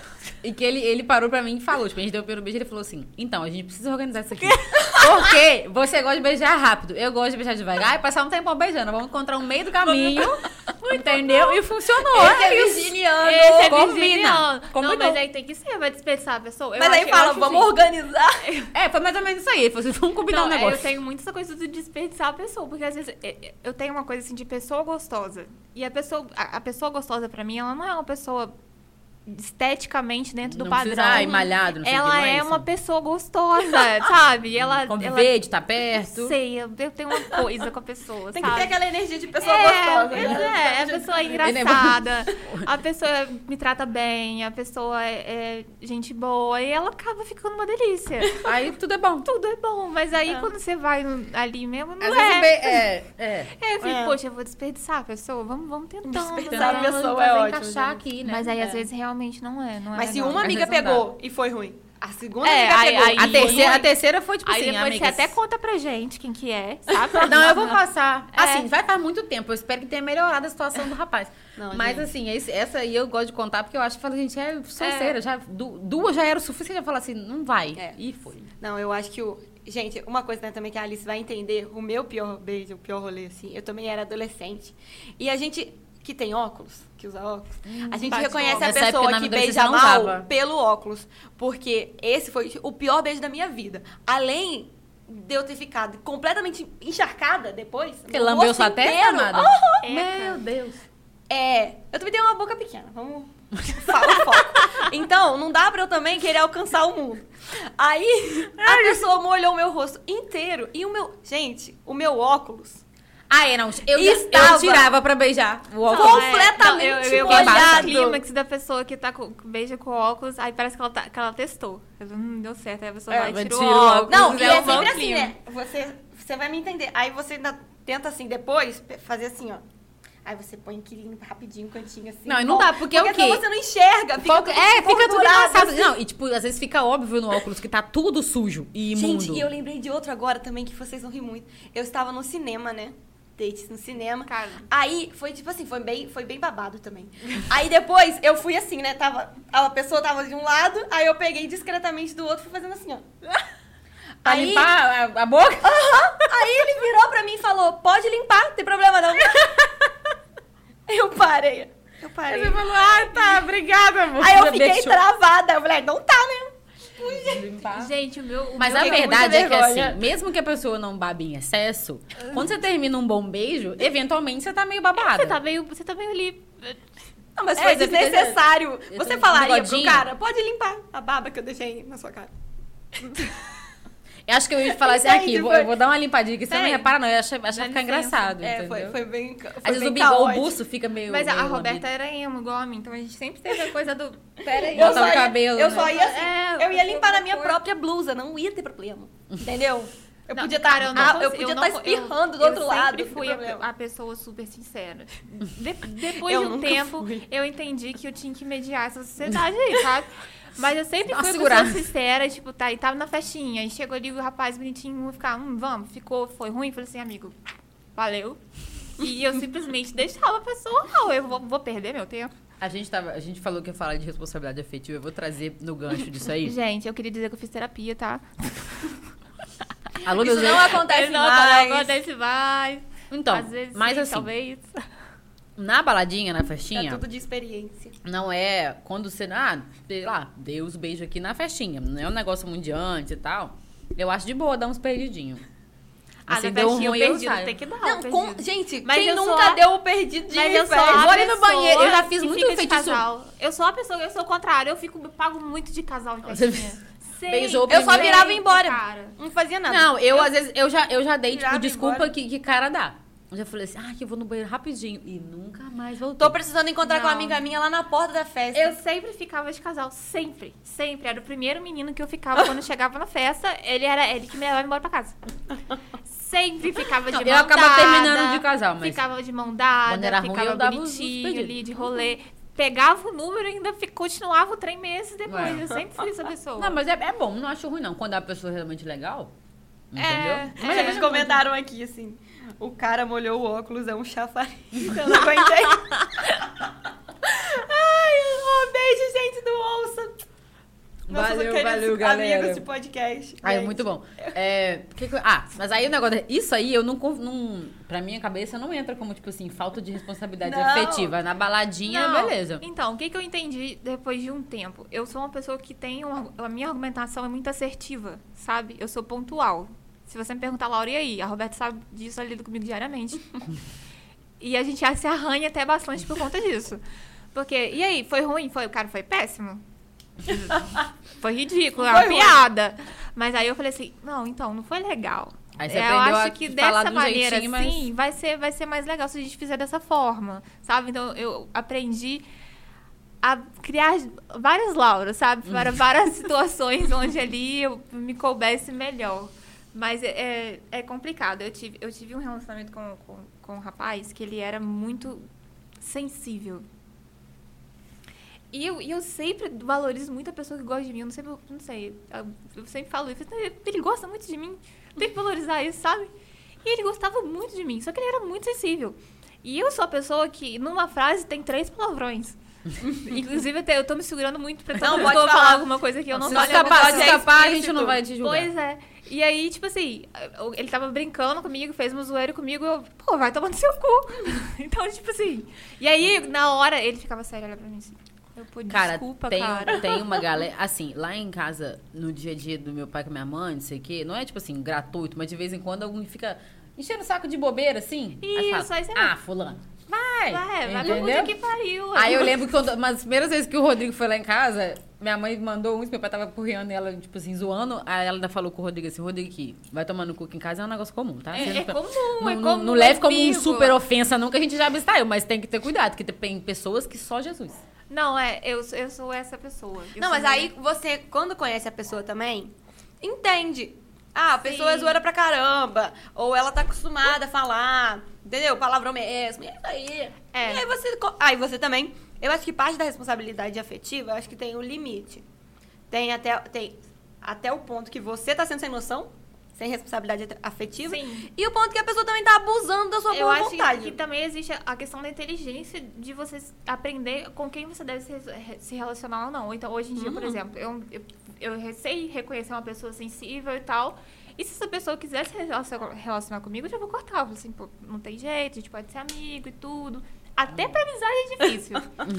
E que ele, ele parou pra mim e falou, tipo, a gente deu o primeiro beijo, ele falou assim, então, a gente precisa organizar isso aqui. Porque você gosta de beijar rápido, eu gosto de beijar devagar e passar um tempão beijando. Vamos encontrar um meio do caminho, entendeu? E funcionou. Esse é isso. virginiano. Esse é Combina. virginiano. Não, Combinou. mas aí tem que ser, vai desperdiçar a pessoa. Eu Mas aí acho- eu fala, acho vamos assim. organizar. É, foi mais ou menos isso aí. Ele falou assim, vamos combinar Não, um é, negócio. eu tenho muito essa coisa de desperdiçar a pessoa, porque às vezes é, é, eu tenho uma coisa assim de pessoa gostosa. E a pessoa, a, a pessoa gostosa pra mim, ela não é uma pessoa esteticamente dentro do Não padrão. precisa, ai, malhado, não sei o que, ela não é é isso? uma pessoa gostosa, sabe? Ela, Conviver, ela de estar perto. sei, eu, eu tenho uma coisa com a pessoa, Tem que sabe? ter aquela energia de pessoa é, gostosa. pois né? é, a pessoa é engraçada, a pessoa me trata bem, a pessoa é, é gente boa e ela acaba ficando uma delícia. Aí tudo é bom. Tudo é bom, mas aí É. quando você vai no- ali mesmo, não Às é. vezes o be- é, é. É, eu fico, É. poxa, eu vou desperdiçar a pessoa, vamos, vamos tentando. Desperdiçar a né? pessoa fazer é ótimo, encaixar gente. aqui, né? Mas aí, É. às vezes, realmente não é, não é Mas se legal. uma Às amiga vezes não pegou e foi ruim, a segunda É, amiga aí- pegou aí- A e terceira, foi a terceira foi tipo Aí assim, depois amigas. você até conta pra gente quem que é, sabe? Não, eu vou passar. É. Assim, vai faz muito tempo. Eu espero que tenha melhorado a situação do rapaz. Não, Mas gente. assim, esse- essa aí eu gosto de contar porque eu acho que fala, gente, é sonseira. Já, du- duas já era o suficiente. Eu falo assim, não vai. É. E foi. Não, eu acho que o... Gente, uma coisa né, também que a Alice vai entender, o meu pior beijo, o pior rolê, assim, eu também era adolescente. E a gente que tem óculos, que usa óculos, a gente bate reconhece óculos. a Nessa época, pessoa na que minha adolescência, beija não mal usava. pelo óculos. Porque esse foi o pior beijo da minha vida. Além de eu ter ficado completamente encharcada depois. Porque no lambeu rosto sua testa, inteiro. amada? Aham. É, Meu Deus. É, eu também tenho uma boca pequena, vamos falar o foco. Então, não dá pra eu também querer alcançar o mundo. Aí, a pessoa molhou o meu rosto inteiro e o meu... Gente, o meu óculos Ah, é, não. Eu, Estava- eu tirava pra beijar o óculos. Não, completamente eu, eu, eu molhado. gosto do clímax da pessoa que tá com, beija com óculos, aí parece que ela, tá, que ela testou. Eu, Não deu certo, aí a pessoa É, vai e vai tira o tira o óculos. óculos. Não, e é é um bom sempre assim, clima. né? Você, você vai me entender. Aí você ainda tenta, assim, depois, pe- fazer assim, ó. Aí você põe aquele rapidinho, cantinho, assim. Não, e não dá, porque é o quê? senão você não enxerga. Fica Foca- tudo é, fica tudo engordurado, embaçado. assim. Não, e tipo, às vezes fica óbvio no óculos que tá tudo sujo e imundo. Gente, e eu lembrei de outro agora também, que vocês vão rir muito. Eu estava no cinema, né? Dates no cinema. Cara. Aí, foi tipo assim, foi bem, foi bem babado também. Aí depois, eu fui assim, né? Tava, a pessoa tava de um lado, aí eu peguei discretamente do outro e fui fazendo assim, ó. Pra Aí, limpar a, a boca? aham, aí ele virou pra mim e falou, pode limpar, não tem problema não. Eu parei. Eu parei. Você falou, ah, tá, obrigada, amor. Aí eu Você fiquei deixou. travada. Eu falei, não tá, né? Limpar. Gente, o meu. o Mas meu a fiquei com verdade muita é que vergonha. assim, mesmo que a pessoa não babe em excesso, quando você termina um bom beijo, eventualmente você tá meio babada. Você tá meio. Você tá meio ali. Não, mas É, foi você fica- desnecessário. eu Você tenho falaria pro bigodinho. cara, pode limpar a baba que eu deixei na sua cara. Eu acho que eu ia falar assim, Entende, aqui, vou, foi- eu vou dar uma limpadinha aqui, você não Tem. repara não, eu acho, acho que Dá vai ficar licença. engraçado, É, entendeu? foi, foi bem foi Às vezes bem o bigode, o caótico. busto fica meio... Mas a meio Roberta lambido. era emo, igual a mim, então a gente sempre teve a coisa do. Pera aí. Eu Botar só, o ia, cabelo, eu né? só ia assim, É, eu ia limpar na uma minha coisa. própria blusa, não ia ter problema. Entendeu? Eu Não, podia cara, estar eu não eu, consigo- podia não estar co- eu- espirrando do outro eu lado. sempre não fui tem a, problema. a pessoa super sincera. De- depois Eu de um nunca tempo, fui. eu entendi que eu tinha que mediar essa sociedade aí, sabe? Mas eu sempre Dá uma fui a segurada. pessoa sincera, tipo, tá, e tava na festinha, aí chegou ali o rapaz bonitinho, vamos ficar, hum, vamos, ficou, foi ruim, falei assim, amigo, valeu. E eu simplesmente deixava a pessoa, não, eu vou, vou perder meu tempo. A gente, tava, a gente falou que ia falar de responsabilidade afetiva, eu vou trazer no gancho disso aí. Gente, eu queria dizer que eu fiz terapia, tá? Alô, meus Isso não ex- acontece não, mais. Não acontece mais. Então, Às vezes mas sim, assim, talvez. na baladinha, na É festinha, tudo de experiência. não é quando você, ah, sei lá, deu os beijos aqui na festinha, não é um negócio muito de antes e tal. Eu acho de boa dar uns perdidinhos. Ah, Assim, na deu um festinha, ruim, o eu perdido saio. tem que dar. Não, o com- perdido. gente, Mas quem eu sou nunca a- deu o perdido de Mas eu sou festa? a Vou ali no pessoa banheiro, eu já fiz que muito fica de feitiço. casal. Eu sou a pessoa, eu sou o contrário. Eu fico, eu pago muito de casal em Você festinha. beijou o Eu só primeiro- virava e ia embora. Cara. Não fazia nada. Não, eu, às vezes, eu já, eu já dei, Virava tipo, e desculpa embora. que, que cara dá. Eu já falei assim, ah, que eu vou no banheiro rapidinho. E nunca mais voltei. Tô precisando encontrar com uma Não. amiga minha lá na porta da festa. Eu sempre ficava de casal, sempre, sempre. Era o primeiro menino que eu ficava quando chegava na festa. Ele era ele que me levava embora pra casa. Sempre ficava de Não, mão eu acabo dada. terminando de casal, mas- Ficava de mão dada, Quando era ruim, ficava eu dava os- os bonitinho pedidos. ali, de rolê. Pegava o número e ainda fi- continuava o trem meses depois. É. Eu sempre fui essa pessoa. Não, mas é, é bom, não acho ruim não. Quando é uma pessoa realmente legal, entendeu? É, Mas É, é eles bem comentaram aqui, assim, o cara molhou o óculos, é um chafariz. Eu não aguentei. Ai, um beijo, gente do Ouça. Caralho, galera. amigos de podcast. Ah, é gente. muito bom. É, que que eu- ah, mas aí o negócio... Isso aí, eu não, con- não... Pra minha cabeça, não entra como, tipo assim, falta de responsabilidade Não. afetiva. Na baladinha, Não. beleza. Então, o que, que eu entendi depois de um tempo? Eu sou uma pessoa que tem... Um, a minha argumentação é muito assertiva, sabe? Eu sou pontual. Se você me perguntar, Laura, e aí? A Roberta sabe disso, ela lida comigo diariamente. E a gente já se arranha até bastante por conta disso. Porque, e aí, foi ruim? Foi, o cara foi péssimo? Foi ridículo, é Foi uma ruim. piada. Mas aí eu falei assim, não, então, não foi legal. Aí você É, eu aprendeu acho a que falar dessa de um maneira, jeitinho, mas- sim, vai ser, vai ser mais legal se a gente fizer dessa forma, sabe? Então, eu aprendi a criar várias Lauras, sabe? Para várias situações onde ali eu me coubesse melhor. Mas é, é, é complicado. Eu tive, eu tive um relacionamento com, com, com um rapaz que ele era muito sensível. E eu, e eu sempre valorizo muito a pessoa que gosta de mim. Eu não sei, eu não sei. Eu, eu sempre falo isso. Ele gosta muito de mim. Tem que valorizar isso, sabe? E ele gostava muito de mim. Só que ele era muito sensível. E eu sou a pessoa que, numa frase, tem três palavrões. Inclusive, até eu tô me segurando muito pra Não, não pode falar. falar alguma coisa que eu não Se falo. escapar, se pode ser escapar, a gente explícito. não vai te julgar. Pois é. E aí, tipo assim, eu- ele tava brincando comigo, fez uma zoeira comigo, eu, pô, vai tomar no seu cu. Então, tipo assim. E aí, na hora, ele ficava sério, olha pra mim assim. Eu, pô, Cara, desculpa, tem, cara. tem uma galera... Assim, lá em casa, no dia a dia do meu pai com a minha mãe, não sei o quê, não é, tipo assim, gratuito, mas de vez em quando alguém fica enchendo o saco de bobeira, assim. Aí Isso, fala, aí você- ah, fulano, vai! Vai, vai pra Entendeu? puta que pariu. Aí eu lembro que quando, uma das primeiras vezes que o Rodrigo foi lá em casa, minha mãe mandou uns, meu pai tava correndo ela, tipo assim, zoando. Aí ela ainda falou com o Rodrigo assim, Rodrigo, aqui, vai tomando cu aqui em casa é um negócio comum, tá? É- Você é não- comum, não, é não- comum, Não leve é como um vírgula. super ofensa nunca, a gente já abstraiu, mas tem que ter cuidado, porque tem pessoas que só Jesus. Não, é, eu, eu sou essa pessoa. Eu Não, sou mas aí meio- você, quando conhece a pessoa também, entende. Ah, a pessoa é Sim. zoeira pra caramba. Ou ela tá acostumada a falar, entendeu? Palavrão mesmo. E é isso aí. É. E aí você. co- Ah, e você também. Eu acho que parte da responsabilidade afetiva, eu acho que tem um limite. Tem até, tem até o ponto que você tá sendo sem noção, sem responsabilidade afetiva. Sim. E o ponto que a pessoa também tá abusando da sua Eu boa acho que, vontade. que também existe a questão da inteligência de você aprender com quem você deve se, se relacionar ou não. Então, hoje em dia, por exemplo, eu, eu, eu sei reconhecer uma pessoa sensível e tal. E se essa pessoa quiser se relacionar, relacionar comigo, eu já vou cortar. Eu falo assim, pô, não tem jeito, a gente pode ser amigo e tudo. Até pra amizade é difícil.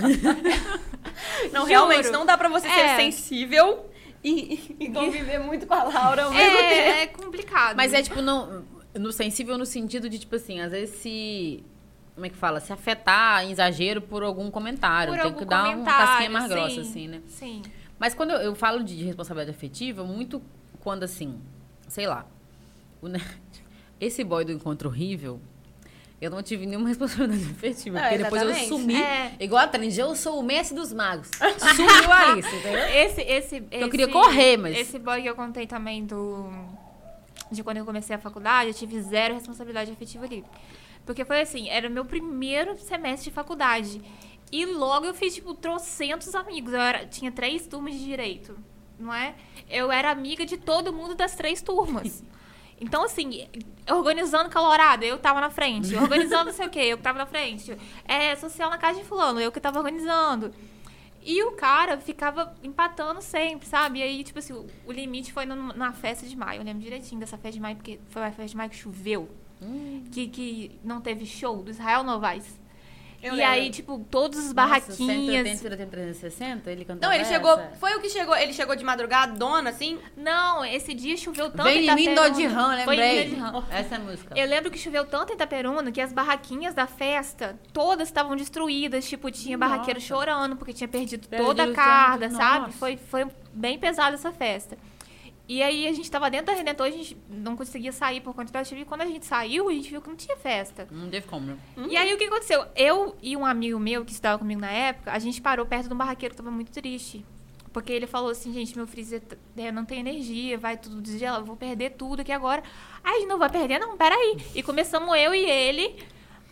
Não, Juro. realmente, não dá pra você ser É. sensível e, e conviver muito com a Laura ao mesmo tempo. É, é complicado. Mas é tipo, não, no sensível no sentido de, tipo assim, às vezes se. Como é que fala? Se afetar em exagero por algum comentário. Por tem algum que dar uma comentário, casquinha mais sim, grossa, assim, né? Sim. Mas quando eu, eu falo de responsabilidade afetiva, muito quando assim, sei lá, o ne- esse boy do encontro horrível, eu não tive nenhuma responsabilidade afetiva. É, porque depois eu exatamente. sumi, É. igual a Trend, eu sou o Messi dos magos. Sumiu a Alice, entendeu? Esse, esse, eu esse- queria correr, mas- Esse boy que eu contei também do... De quando eu comecei a faculdade, eu tive zero responsabilidade afetiva ali. Porque foi assim, era o meu primeiro semestre de faculdade. E logo eu fiz, tipo, trocentos amigos. Eu era, tinha três turmas de direito, não é? Eu era amiga de todo mundo das três turmas. Então, assim, organizando calorada, eu tava na frente. Organizando não sei o quê, eu que tava na frente. É, social na casa de fulano, eu que tava organizando. E o cara ficava empatando sempre, sabe? E aí, tipo assim, o, o limite foi no- na festa de maio. Eu lembro direitinho dessa festa de maio, porque foi uma festa de maio que choveu. Que, que não teve show do Israel Novaes. Eu e lembro. aí, tipo, todos os Nossa, barraquinhas... cento e oitenta, trezentos e sessenta, ele cantava Não, ele essa? chegou. Foi o que chegou. Ele chegou de madrugada, dona, assim. Não, esse dia choveu tanto Vem em em mim, Itaperuna. dó de rã, Foi em lembrei. Dó de Rã. Essa é a música. Eu lembro que choveu tanto em Itaperuna que as barraquinhas da festa todas estavam destruídas. Tipo, tinha barraqueiro Nossa. chorando porque tinha perdido Perdido toda a tanto, carga, nossa. sabe? Foi, foi bem pesada essa festa. E aí a gente tava dentro da Redentor, a gente não conseguia sair por conta da chuva. E quando a gente saiu, a gente viu que não tinha festa. Não teve como, né? E aí o que aconteceu? Eu e um amigo meu que estudava comigo na época, a gente parou perto de um barraqueiro que tava muito triste. Porque ele falou assim, gente, meu freezer t- é, não tem energia, vai tudo desgelar, eu vou perder tudo aqui agora. Aí a gente não vai perder, não, peraí. E começamos eu e ele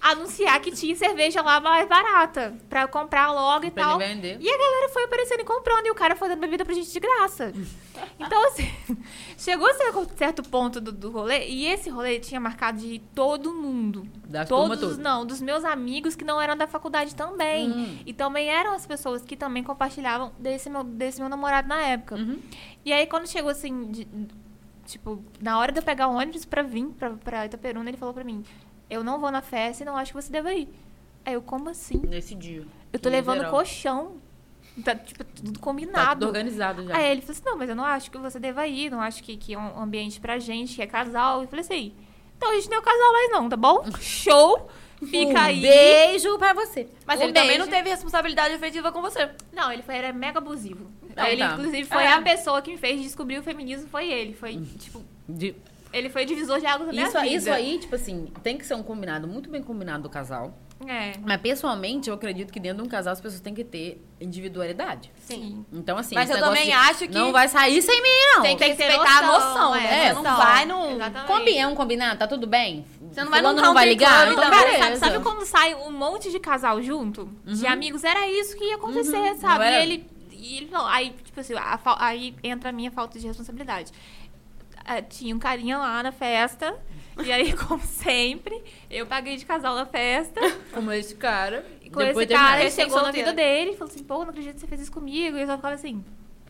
anunciar que tinha cerveja lá mais barata. Pra eu comprar logo e Pra tal. ele vender. E a galera foi aparecendo e comprando. E o cara foi dando bebida pra gente de graça. Então, assim, chegou a certo ponto do, do rolê. E esse rolê tinha marcado de todo mundo. Da turma Todos, toda. não, dos meus amigos que não eram da faculdade também. Hum. E também eram as pessoas que também compartilhavam desse meu, desse meu namorado na época. Uhum. E aí, quando chegou assim, de- tipo, na hora de eu pegar o ônibus pra vir pra, pra Itaperuna, ele falou pra mim, eu não vou na festa e não acho que você deva ir. Aí eu, como assim? Nesse dia. Eu tô Em levando geral. colchão. Tá, tipo, tudo Tá combinado. tudo organizado já. Aí ele falou assim, não, mas eu não acho que você deva ir, não acho que, que é um ambiente pra gente, que é casal. Eu falei assim, então a gente não é um casal mais não, tá bom? Show! Fica um aí. beijo pra você. Mas Um ele também beijo. não teve responsabilidade afetiva com você. Não, ele foi, era mega abusivo. Ah, ele, tá. inclusive, foi É. a pessoa que me fez descobrir o feminismo, foi ele. Foi, tipo, De- ele foi divisor de águas da minha Isso, vida. isso aí, tipo assim, tem que ser um combinado, muito bem combinado do casal. É. Mas, pessoalmente, eu acredito que dentro de um casal as pessoas têm que ter individualidade. Sim. Então, assim, Mas esse eu negócio também de acho que não vai sair sem mim, não. tem que Tem que ter respeitar a noção, noção, é, né? Você não noção. vai num... Exatamente. Combi- é um combinado, tá tudo bem? Você não vai Fulano num não vai country ligar? club Então, também. Cara, sabe, beleza. sabe quando sai um monte de casal junto? De amigos, era isso que ia acontecer, Uhum, sabe? não E era? ele, e ele não. Aí, tipo assim, a fal- aí entra a minha falta de responsabilidade. Ah, tinha um carinha lá na festa. E aí, como sempre, eu paguei de casal na festa. Como esse cara. E com depois esse cara, ele Recém chegou na solteira. vida dele e falou assim, pô, não acredito que você fez isso comigo. E eu só ficava assim.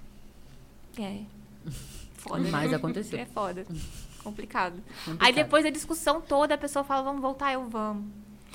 É. Foda. Mas né? aconteceu. É foda. Complicado. Complicado. Aí depois da discussão toda, a pessoa fala, vamos voltar, eu vamos.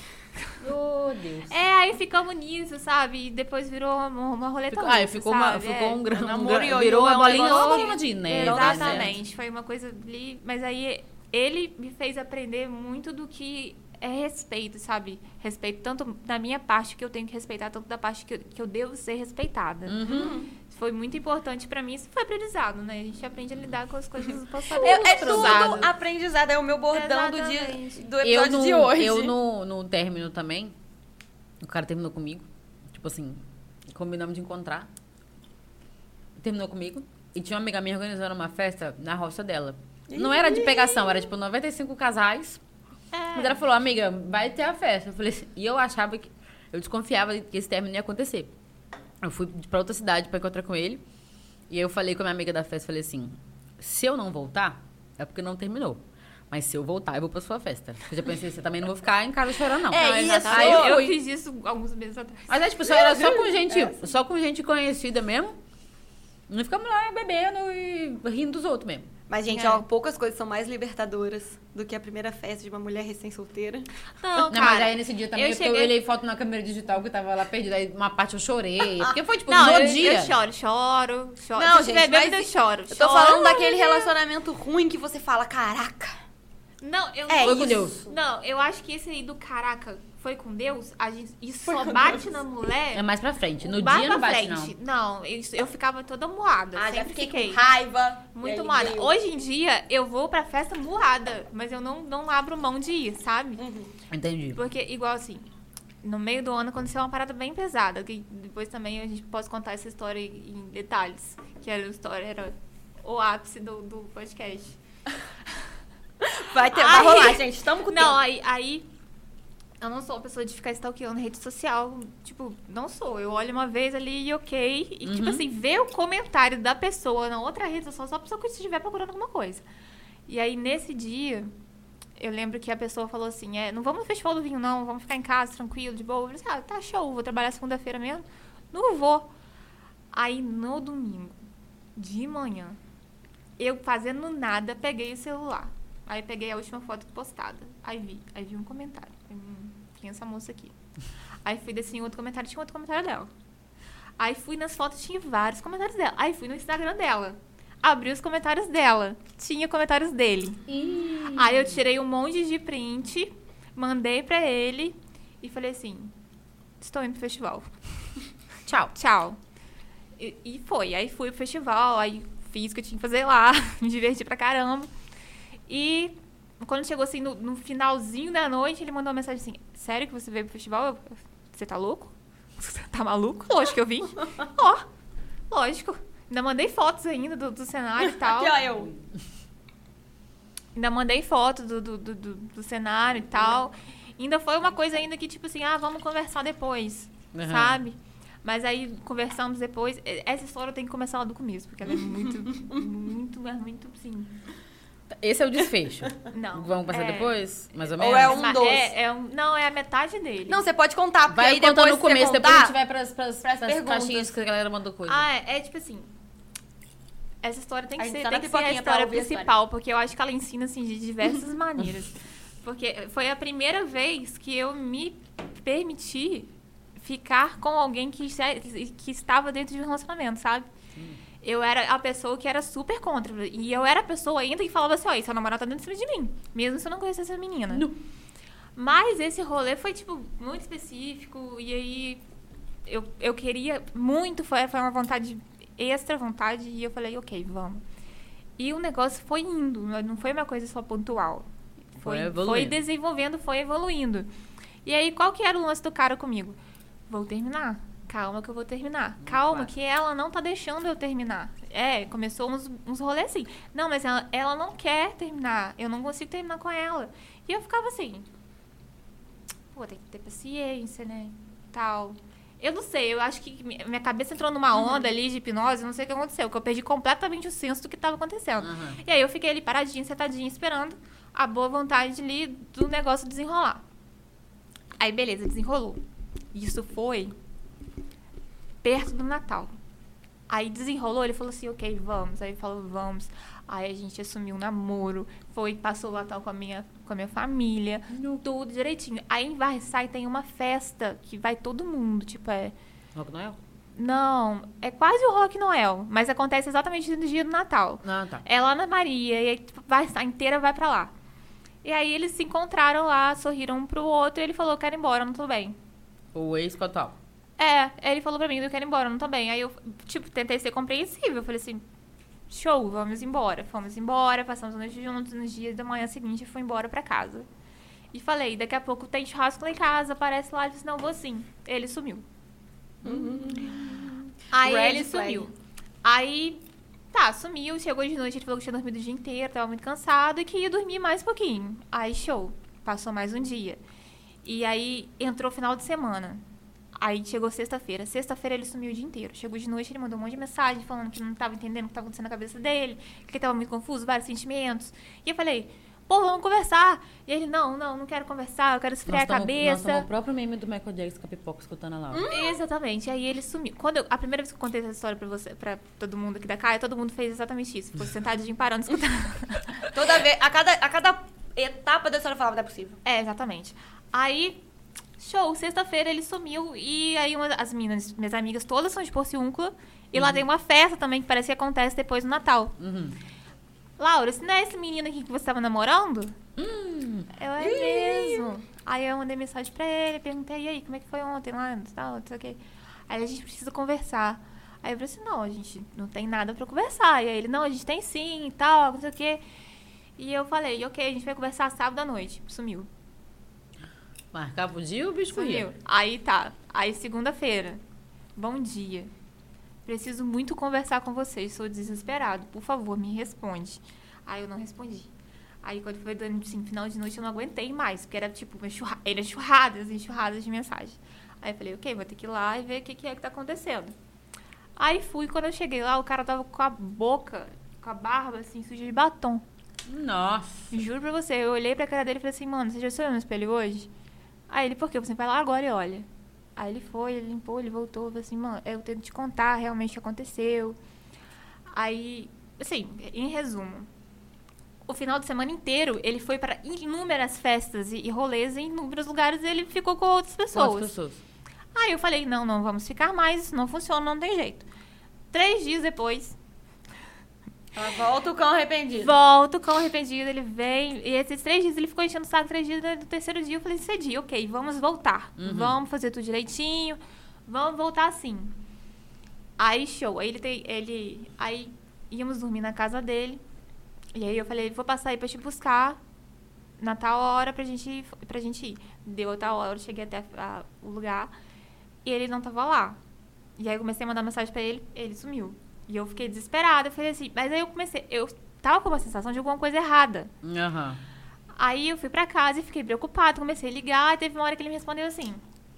Oh, Deus. É, aí ficamos nisso, sabe? E depois virou uma, uma roleta Ficou, russa, ah, ficou, uma, sabe? ficou É. um grande. Um Um namoro gran- ioiô virou é uma um bolinha, negócio uma que- bolinha de neve. Exatamente. Foi uma coisa ali. Mas aí ele me fez aprender muito do que é respeito, sabe? Respeito tanto da minha parte, que eu tenho que respeitar, tanto da parte que eu, que eu devo ser respeitada. Uhum. Foi muito importante pra mim. Isso foi aprendizado, né? A gente aprende a lidar com as coisas do passado. É, é tudo Cruzado. aprendizado. É o meu bordão do, dia, Exatamente. do Eu, episódio no, de hoje. eu no, no término também, o cara terminou comigo. Tipo assim, combinamos de encontrar. Terminou comigo. E tinha uma amiga minha organizando uma festa na roça dela. Não era de pegação, era tipo noventa e cinco casais. Mas ela falou, amiga, vai ter a festa. Eu falei assim, e eu achava que. Eu desconfiava que esse término ia acontecer. Eu fui pra outra cidade pra encontrar com ele. E aí eu falei com a minha amiga da festa, falei assim, se eu não voltar, é porque não terminou. Mas se eu voltar, eu vou pra sua festa. Eu já pensei, você também não vou ficar em casa chorando, não. É Não, isso. exatamente. Aí eu, eu fui. fiz isso alguns meses atrás. Mas é tipo, só, era só com gente, só com gente conhecida mesmo. Não ficamos lá bebendo e rindo dos outros mesmo. Mas, gente, É. ó, poucas coisas são mais libertadoras do que a primeira festa de uma mulher recém-solteira. Não, Não, cara. mas aí nesse dia também, eu porque cheguei- eu olhei foto na câmera digital que eu tava lá perdida. Aí uma parte eu chorei. Porque foi tipo, Não, no eu, dia. eu choro, choro, choro. Não, Se eu tiver gente, bêbada, eu mas choro. Eu tô Choro. falando daquele relacionamento ruim que você fala, caraca. Não, eu É Foi com isso. Deus. Não, eu acho que esse aí do caraca foi com Deus, a gente, isso Foi só com bate Deus. na mulher. É mais pra frente. No bate dia não pra bate, frente. não. Não, isso- eu ficava toda moada. Ah, já sempre fiquei, fiquei. com raiva. E Muito aí moada. veio- Hoje em dia, eu vou pra festa moada, mas eu não, não abro mão de ir, sabe? Uhum. Entendi. Porque, igual assim, no meio do ano aconteceu uma parada bem pesada, que depois também a gente pode contar essa história em detalhes, que era a história, era o ápice do, do podcast. Vai ter, Ai. vai rolar, gente. Tamo com Não, tempo. aí, aí eu não sou uma pessoa de ficar stalkeando rede social. Tipo, não sou. Eu olho uma vez ali e ok. E, tipo assim, ver o comentário da pessoa na outra rede social só a pessoa que estiver procurando alguma coisa. E aí, nesse dia, eu lembro que a pessoa falou assim, é, não vamos no Festival do Vinho, não. Vamos ficar em casa, tranquilo, de boa. Eu falei assim, ah, tá show. Vou trabalhar segunda-feira mesmo. Não vou. Aí, no domingo, de manhã, eu fazendo nada, peguei o celular. Aí peguei a última foto postada. Aí vi. Aí vi um comentário. Falei, hum, quem é essa moça aqui? Aí fui descer em outro comentário, tinha outro comentário dela. Aí fui nas fotos, tinha vários comentários dela. Aí fui no Instagram dela. Abri os comentários dela. Tinha comentários dele. Aí eu tirei um monte de print, mandei pra ele e falei assim, estou indo pro festival. Tchau. Tchau. E, e foi. Aí fui pro festival, aí fiz o que eu tinha que fazer lá, me diverti pra caramba. E quando chegou assim, no, no finalzinho da noite, ele mandou uma mensagem assim, sério que você veio pro festival? Eu, você tá louco? Você tá maluco? Lógico que eu vim. Ó, lógico. Ainda mandei fotos ainda do, do cenário e tal. Aqui, ó, eu. Ainda mandei foto do, do, do, do- do cenário e tal. Ainda foi uma coisa ainda que, tipo assim, ah, vamos conversar depois, uhum. sabe? Mas aí, conversamos depois. Essa história tem que começar lá do começo, porque ela é muito, muito, muito, sim. Esse é o desfecho? Não. Vamos passar é... depois? Mais ou menos? Ou é um dos? É, é um... Não, é a metade dele. Não, você pode contar, porque vai aí depois no começo, você depois contar, a gente vai pras, pras, pras, pras perguntas. caixinhas que a galera mandou coisa. Ah, é, é tipo assim... Essa história tem que a ser, tá tem que ser a história principal, a história. Porque eu acho que ela ensina, assim, de diversas maneiras. Porque foi a primeira vez que eu me permiti ficar com alguém que, já, que estava dentro de um relacionamento, sabe? Hum. Eu era a pessoa que era super contra. E eu era a pessoa ainda que falava assim, ó, seu namorado tá dentro de cima de mim. Mesmo se eu não conhecesse essa menina. Não. Mas esse rolê foi, tipo, muito específico. E aí, eu, eu queria muito, foi, foi uma vontade, extra vontade. E eu falei, ok, vamos. E o negócio foi indo. Não foi uma coisa só pontual. Foi, foi, foi desenvolvendo, foi evoluindo. E aí, qual que era o lance do cara comigo? Vou terminar. Calma que eu vou terminar. Muito Calma claro. Que ela não tá deixando eu terminar. É, começou uns, uns rolês assim. Não, mas ela, ela não quer terminar. Eu não consigo terminar com ela. E eu ficava assim... Pô, tem que ter paciência, né? Tal. Eu não sei, eu acho que minha cabeça entrou numa onda uhum. ali de hipnose, não sei o que aconteceu. Que eu perdi completamente o senso do que tava acontecendo. Uhum. E aí eu fiquei ali paradinha, sentadinha, esperando a boa vontade ali do negócio desenrolar. Aí, beleza, desenrolou. Isso foi... perto do Natal. Aí desenrolou, ele falou assim, ok, vamos. Aí falou, vamos. Aí a gente assumiu um namoro, foi, passou o Natal com a minha, com a minha família, Não. tudo direitinho. Aí em Varriçai tem uma festa que vai todo mundo, tipo, é... Rock Noel? Não, é quase o Rock Noel, mas acontece exatamente no dia do Natal. Ah, tá. É lá na Maria, e aí Varriçai inteira vai pra lá. E aí eles se encontraram lá, sorriram um pro outro, e ele falou, quero ir embora, não tô bem. O ex-cotal. É, ele falou pra mim, eu quero ir embora, não tô bem. Aí eu, tipo, tentei ser compreensível. Eu falei assim, show, vamos embora. Fomos embora, passamos a noite juntos. Nos dias da manhã seguinte, eu fui embora pra casa. E falei, daqui a pouco tem churrasco lá em casa, aparece lá. Ele disse, não, vou sim. Ele sumiu. Uhum. Aí Red ele flag. sumiu. Aí, tá, sumiu. Chegou de noite, ele falou que tinha dormido o dia inteiro, tava muito cansado e que ia dormir mais um pouquinho. Aí, show. Passou mais um dia. E aí, entrou o final de semana. Aí chegou sexta-feira. Sexta-feira ele sumiu o dia inteiro. Chegou de noite, ele mandou um monte de mensagem falando que não estava entendendo o que estava acontecendo na cabeça dele, que ele estava muito confuso, vários sentimentos. E eu falei, pô, vamos conversar. E ele, não, não, não quero conversar, eu quero esfriar nós a cabeça. Nós estamos o próprio meme do Michael Jackson com a pipoca escutando a Laura. Hum, exatamente. Aí ele sumiu. Quando eu, a primeira vez que eu contei essa história pra você, pra todo mundo aqui da Caia, todo mundo fez exatamente isso. Ficou sentadinho parando, escutando. Toda vez, a cada, a cada etapa da história eu falava, não é possível. É, exatamente. Aí... Show, sexta-feira ele sumiu e aí uma, as meninas, minhas amigas todas são de Porciúncula e uhum. lá tem uma festa também que parece que acontece depois do Natal. Uhum. Laura, esse não é esse menino aqui que você estava namorando? Hum. Eu, é mesmo. Aí eu mandei mensagem pra ele, perguntei, e aí, como é que foi ontem lá, tal, não sei o quê. Aí a gente precisa conversar. Aí eu falei assim, não, a gente não tem nada pra conversar. E aí ele, não, a gente tem sim e tal, não sei o quê. E eu falei, ok, a gente vai conversar sábado à noite. Sumiu. Marcava o dia ou o bicho corria? Aí tá. Aí segunda-feira. Bom dia. Preciso muito conversar com vocês. Sou desesperado. Por favor, me responde. Aí eu não respondi. Aí quando foi dando, assim, final de noite, eu não aguentei mais. Porque era tipo, enxurra... era enxurradas, enxurradas de mensagem. Aí eu falei, ok, vou ter que ir lá e ver o que, que é que tá acontecendo. Aí fui, quando eu cheguei lá, o cara tava com a boca, com a barba, assim, suja de batom. Nossa. Juro pra você, eu olhei pra cara dele e falei assim, mano, você já se olhou no espelho hoje? Aí ele, por quê? Você vai lá agora e olha. Aí ele foi, ele limpou, ele voltou, falou assim, mano, eu tento te contar realmente o que aconteceu. Aí, assim, em resumo, o final de semana inteiro, ele foi para inúmeras festas e, e rolês em inúmeros lugares e ele ficou com outras pessoas. Outras pessoas. Aí eu falei, não, não vamos ficar mais, isso não funciona, não tem jeito. Três dias depois... Ela volta o cão arrependido. Volta o cão arrependido, ele vem. E esses três dias ele ficou enchendo o saco. Três dias, no terceiro dia eu falei, cedi, ok, vamos voltar. Uhum. Vamos fazer tudo direitinho. Vamos voltar assim. Aí, show. Aí ele tem. Ele. Aí íamos dormir na casa dele. E aí eu falei, vou passar aí pra te buscar na tal hora pra gente, pra gente ir. Deu a tal hora, eu cheguei até a, o lugar. E ele não tava lá. E aí eu comecei a mandar mensagem pra ele, ele sumiu. E eu fiquei desesperada, eu falei assim, mas aí eu comecei, eu tava com uma sensação de alguma coisa errada. Uhum. Aí eu fui pra casa e fiquei preocupada, comecei a ligar, e teve uma hora que ele me respondeu assim,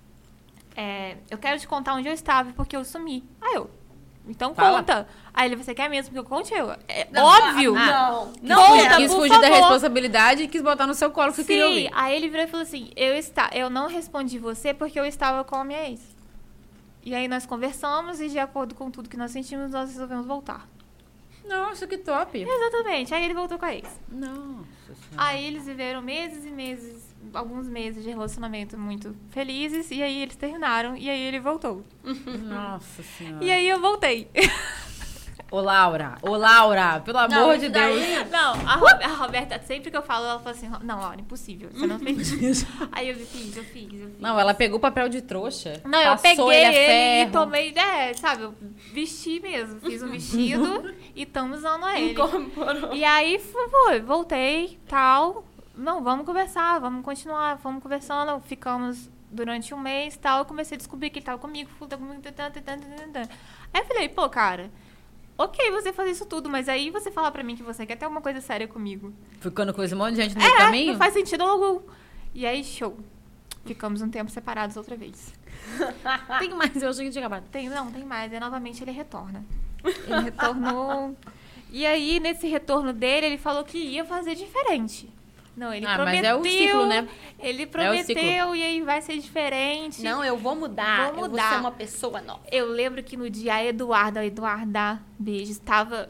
é, eu quero te contar onde eu estava, porque eu sumi. Aí eu, então Fala. conta. Aí ele, você quer mesmo que eu conte? Eu, é Não, óbvio. Não, Não, não. quis, conta, quis por fugir da favor. responsabilidade e quis botar no seu colo que você queria Sim, ouvir. aí ele virou e falou assim, eu, está, eu não respondi você porque eu estava com a minha ex. E aí nós conversamos e de acordo com tudo que nós sentimos, nós resolvemos voltar. Nossa, que top. Exatamente, aí ele voltou com a ex. Nossa senhora. Aí eles viveram meses e meses, alguns meses de relacionamento muito felizes, e aí eles terminaram, e aí ele voltou. Nossa senhora. E aí eu voltei. Ô, Laura, ô, Laura, pelo amor de isso Deus. daí- Não, a, Ro- a Roberta, sempre que eu falo, ela fala assim, não, Laura, impossível, você não fez isso. Aí eu fiz, eu fiz, eu fiz. Não, ela pegou o papel de trouxa. Não, eu passou peguei ele a ele, ferro. e tomei, é, sabe, eu vesti mesmo, fiz um vestido e estamos usando ele. Incorporou. E aí, foi, voltei, tal, não, vamos conversar, vamos continuar, vamos conversando, ficamos durante um mês, tal, eu comecei a descobrir que ele tava comigo, tá comigo, tá, tá, tá, tá, tá. Aí eu falei, pô, cara, ok você fazer isso tudo, mas aí você falar pra mim que você quer ter alguma coisa séria comigo. Ficando com esse monte de gente no meio do É, caminho? não faz sentido algum. E aí, show. Ficamos um tempo separados outra vez. Tem mais, eu achei que tinha acabado. Tem, não, tem mais. E novamente ele retorna. Ele retornou. E aí, nesse retorno dele, ele falou que ia fazer diferente. Não, ele Ah, prometeu. mas é o ciclo, né? Ele É o prometeu ciclo. e aí vai ser diferente. Não, eu vou mudar. Vou Eu vou mudar. ser uma pessoa nova. Eu lembro que no dia a Eduarda, a Eduarda, beijo, estava...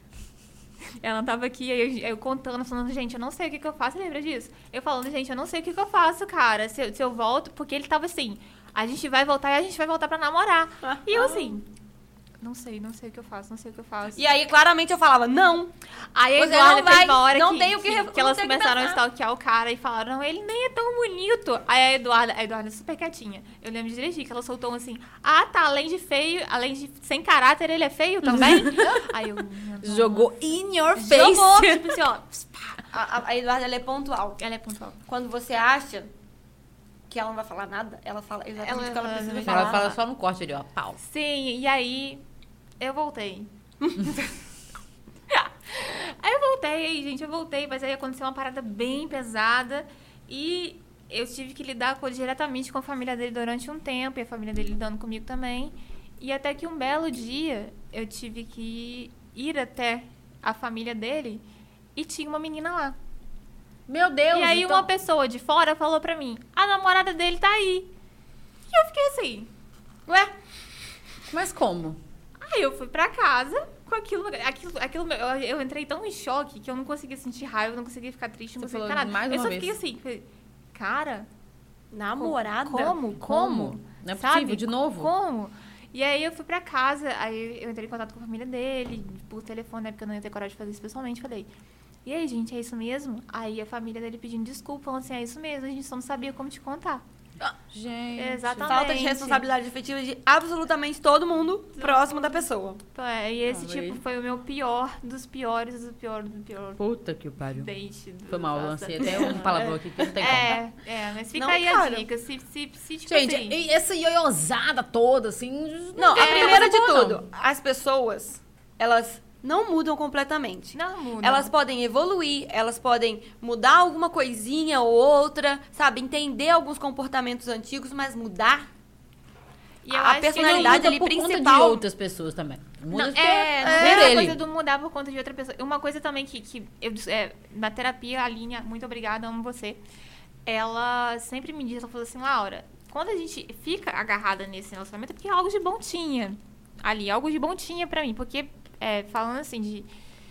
Ela tava aqui, eu, eu contando, falando, gente, eu não sei o que, que eu faço. Você lembra disso? Eu falando, gente, eu não sei o que, que eu faço, cara. Se, eu- se eu volto, porque ele tava assim, a gente vai voltar e a gente vai voltar pra namorar. E eu assim, não sei, não sei o que eu faço, não sei o que eu faço. E aí, claramente, eu falava, não. Aí a Você Eduarda não vai, teve uma hora não que, tem o que que, re- que não elas tem o que começaram a pensar. stalkear o cara e falaram, não, ele nem é tão bonito. Aí a Eduarda, a Eduarda é super quietinha. Eu lembro de dirigir que ela soltou um assim, ah, tá, além de feio, além de sem caráter, ele é feio também? Aí eu... minha nossa. Jogou in your face. Jogou, tipo assim, ó. A, a- a Eduarda, ela é pontual. Ela é pontual. Quando você acha que ela não vai falar nada, ela fala exatamente Ela o que ela fala precisa exatamente. falar. Ela fala só no corte ali, ó, pau. Sim, e aí eu voltei. Aí eu voltei, aí, gente, eu voltei, mas aí aconteceu uma parada bem pesada e eu tive que lidar com, diretamente com a família dele durante um tempo, e a família dele lidando comigo também. E até que um belo dia eu tive que ir até a família dele e tinha uma menina lá. Meu Deus. E aí então- uma pessoa de fora falou pra mim, a namorada dele tá aí. E eu fiquei assim, ué? Mas como? Aí eu fui pra casa com aquilo, aquilo, aquilo eu, eu entrei tão em choque que eu não conseguia sentir raiva, eu não conseguia ficar triste, não Você conseguia falou ficar nada. mais Eu uma só vez. fiquei assim, falei, cara, Namorada? como? Como? Não é Sabe? possível, de novo? Como? E aí eu fui pra casa, aí eu entrei em contato com a família dele, por telefone, né, porque eu não ia ter coragem de fazer isso pessoalmente, falei, e aí, gente, é isso mesmo? Aí a família dele pedindo desculpa, falando assim, é isso mesmo, a gente só não sabia como te contar. Gente. Exatamente. Falta de responsabilidade afetiva de absolutamente todo mundo próximo da pessoa. É, e esse Ah, tipo aí. foi o meu pior dos piores, do pior, do pior Puta que pariu. date. do- Foi mal, eu nossa. lancei até um palavrão aqui que não tem como. É, é, mas fica Não, aí cara. a dica. Se, se, se tipo Gente, assim, e essa ioiosada toda, assim... Não, tem a primeira de coisa boa, tudo, as pessoas, elas não mudam completamente. não muda. Elas podem evoluir, elas podem mudar alguma coisinha ou outra, sabe? Entender alguns comportamentos antigos, mas mudar. E eu a acho que personalidade muda ali por conta principal- de outras pessoas também. Muda Não, porque é, não é é uma dele. coisa do mudar por conta de outra pessoa. Uma coisa também que, que eu, é, na terapia, a Aline, muito obrigada, amo você. Ela sempre me diz, ela falou assim, Laura, quando a gente fica agarrada nesse relacionamento, é porque algo de bom tinha ali, algo de bom tinha pra mim. Porque, é, falando assim, de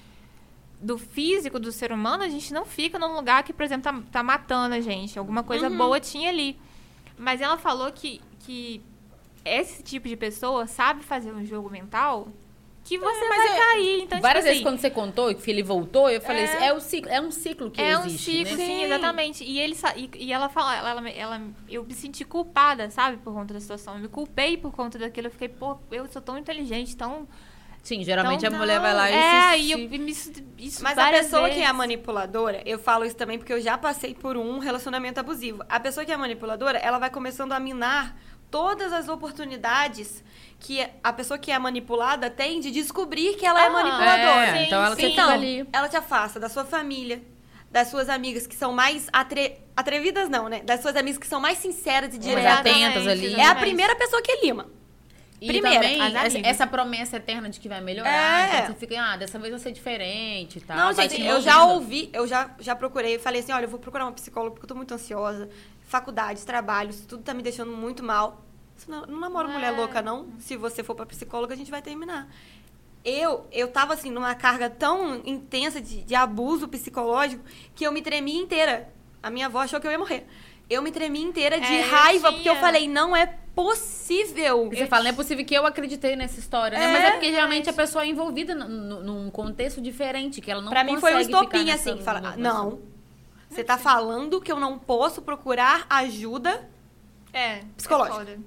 do físico do ser humano, a gente não fica num lugar que, por exemplo, tá, tá matando a gente. Alguma coisa Uhum. boa tinha ali. Mas ela falou que, que esse tipo de pessoa sabe fazer um jogo mental que você mas vai é- cair. Então, Várias tipo vezes assim, quando você contou que ele voltou, eu falei É. assim, é, o ciclo, é um ciclo que é um existe, ciclo, né? sim, exatamente. E, ele, sa- e, e ela fala, ela, ela, ela- eu me senti culpada, sabe, por conta da situação. Eu me culpei por conta daquilo. Eu fiquei, pô, eu sou tão inteligente, tão... Sim, geralmente Então, a mulher vai lá e É, se... e eu se- me, isso, isso Mas a várias pessoa vezes. que é manipuladora, eu falo isso também porque eu já passei por um relacionamento abusivo. A pessoa que é manipuladora, ela vai começando a minar todas as oportunidades que a pessoa que é manipulada tem de descobrir que ela é Aham. manipuladora. É, então ela sim. fica Então, ali. ela te afasta da sua família, das suas amigas que são mais atre... atrevidas, não, né? Das suas amigas que são mais sinceras e Mais diretas. atentas ali. É a primeira pessoa que lima. E Primeiro, também, as essa, amigas. essa promessa eterna de que vai melhorar. É. Então você fica, ah, dessa vez vai ser diferente e tal. Não, vai gente, te eu já envolvendo. ouvi, eu já, já procurei, falei assim, olha, eu vou procurar uma psicóloga porque eu tô muito ansiosa. Faculdades, trabalhos, tudo tá me deixando muito mal. Não, não namoro É. mulher louca, não. Se você for pra psicóloga, a gente vai terminar. Eu, eu tava, assim, numa carga tão intensa de, de abuso psicológico que eu me tremi inteira. A minha avó achou que eu ia morrer. Eu me tremi inteira de É, eu raiva, tinha. porque eu falei, não é possível. E você fala, não é possível que eu acreditei nessa história, né? É, Mas é porque geralmente a pessoa é envolvida n- n- num contexto diferente, que ela não Pra mim foi um consegue ficar estopim, nessa- assim, falar, nessa- não, você tá falando que eu não posso procurar ajuda. É. Psicológico. é foda.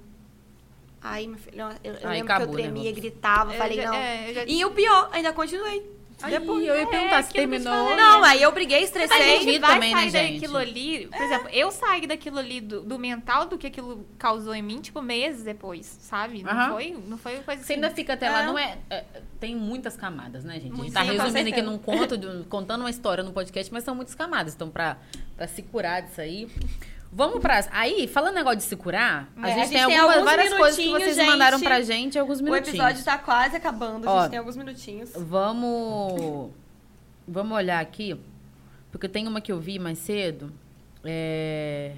Aí, meu filho, eu, eu Aí lembro que acabou, eu né, tremia, Lopes? gritava, Eu falei, já- não. é, eu já- E o pior, ainda continuei. Ai, Depois. eu ia perguntar É, se aquilo que eu te terminou. falei. Não, aí eu briguei, A estressei. gente Envolvido vai também, né, sair gente? daquilo ali... Por exemplo, eu saí daquilo ali do, do mental do que aquilo causou em mim, tipo, meses depois, sabe? Não, Aham. foi, não foi coisa Você assim. ainda fica até lá, É. não é, é, tem muitas camadas, né, gente? A gente Muito, tá sim, com resumindo aqui certeza. num conto, de um- contando uma história no podcast, mas são muitas camadas. Então, pra, pra se curar disso aí... Vamos pra... Aí, falando negócio de se curar, a É, gente a gente tem, tem algumas, alguns várias coisas que minutinhos, vocês mandaram gente. pra gente, alguns O minutinhos. episódio tá quase acabando, a Ó, gente tem alguns minutinhos. Vamos... Vamos olhar aqui, porque tem uma que eu vi mais cedo. É...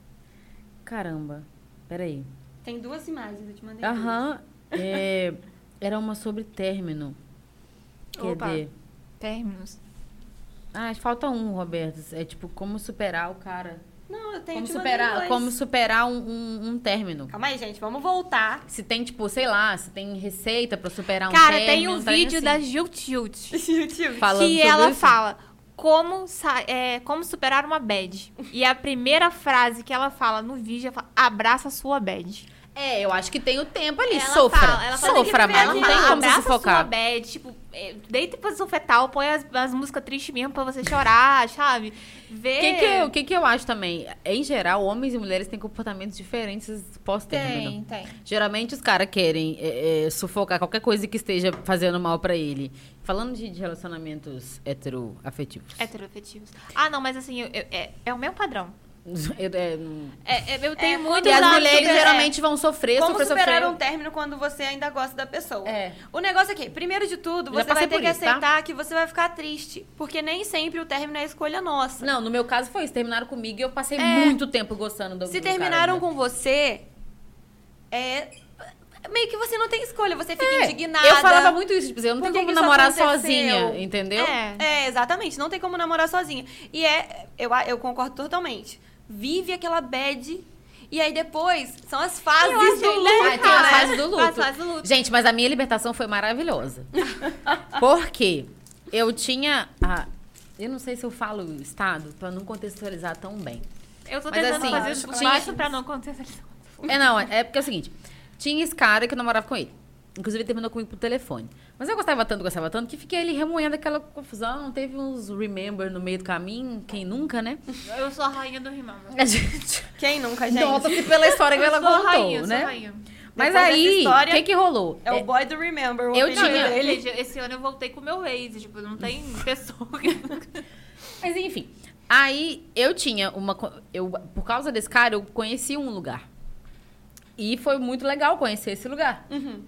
Caramba, peraí. Tem duas imagens, eu te mandei. Aham, é, era uma sobre término. Opa. Cadê? Términos. Ah, falta um, Roberto. É tipo, como superar o cara. Não, eu tenho Como te mandei superar, dois. como superar um, um, um término. Calma aí, gente, vamos voltar. Se tem, tipo, sei lá, se tem receita pra superar um Cara, término. tem um trem vídeo assim. da Jill Tilt. Falando que sobre ela isso. fala como, sa- é, como superar uma bad. E a primeira frase que ela fala no vídeo, ela fala, abraça a sua bad. É, eu acho que tem o tempo ali. Ela Sofra. fala- ela fala Sofra, que mas ela não fala, tem como você abraça a sua sufocar. bad, tipo, é, deita em posição fetal, põe as, as músicas tristes mesmo pra você chorar, sabe? Vê... O que, que, eu, que, que eu acho também? Em geral, homens e mulheres têm comportamentos diferentes pós-término. Tem, tem. Geralmente os caras querem é, é, sufocar qualquer coisa que esteja fazendo mal pra ele. Falando de, de relacionamentos heteroafetivos. Heteroafetivos. Ah, não, mas assim, eu- eu- é, é o mesmo padrão. Eu, é, não- É, é, eu tenho É, muitos e as amigos- mulheres é, geralmente vão sofrer, Como sofrer, superar sofrer. um término quando você ainda gosta da pessoa? É. O negócio aqui, primeiro de tudo, Já você vai passei ter por que isso, tá? aceitar que você vai ficar triste. Porque nem sempre o término é escolha nossa. Não, no meu caso foi isso. Terminaram comigo e eu passei É. muito tempo gostando do Se do cara terminaram ainda. com você, é... meio que você não tem escolha, você fica É, indignada. Eu falava muito isso, tipo, eu não Por tenho que como que isso namorar aconteceu? sozinha, entendeu? É. É, exatamente, não tem como namorar sozinha. E é, eu, eu concordo totalmente. Vive aquela bad, e aí depois são as fases Eu achei do legal. luto. Ah, tem as né? fases do luto. As fases do luto. Gente, mas a minha libertação foi maravilhosa. Porque eu tinha... ah, eu não sei se eu falo o estado pra não contextualizar tão bem. Eu tô Mas tentando assim, fazer isso tinha- baixo pra não acontecer. É, não, é porque é o seguinte. Tinha esse cara que eu namorava com ele. Inclusive, ele terminou comigo por telefone. Mas eu gostava tanto, gostava tanto, que fiquei ali remoendo aquela confusão. Teve uns remember no meio do caminho. Quem nunca, né? Eu sou a rainha do rimão. A gente... Quem nunca, gente? Nota-se pela história que ela sou a contou, rainha, eu né? sou a rainha. Mas Depois dessa aí, o história, que que rolou? É o boy do Remember, o Eu apelido tinha- dele. Gente, esse ano eu voltei com o meu ex, tipo, não tem pessoa que... Mas enfim, aí eu tinha uma... co- Eu, por causa desse cara, eu conheci um lugar. E foi muito legal conhecer esse lugar. Uhum.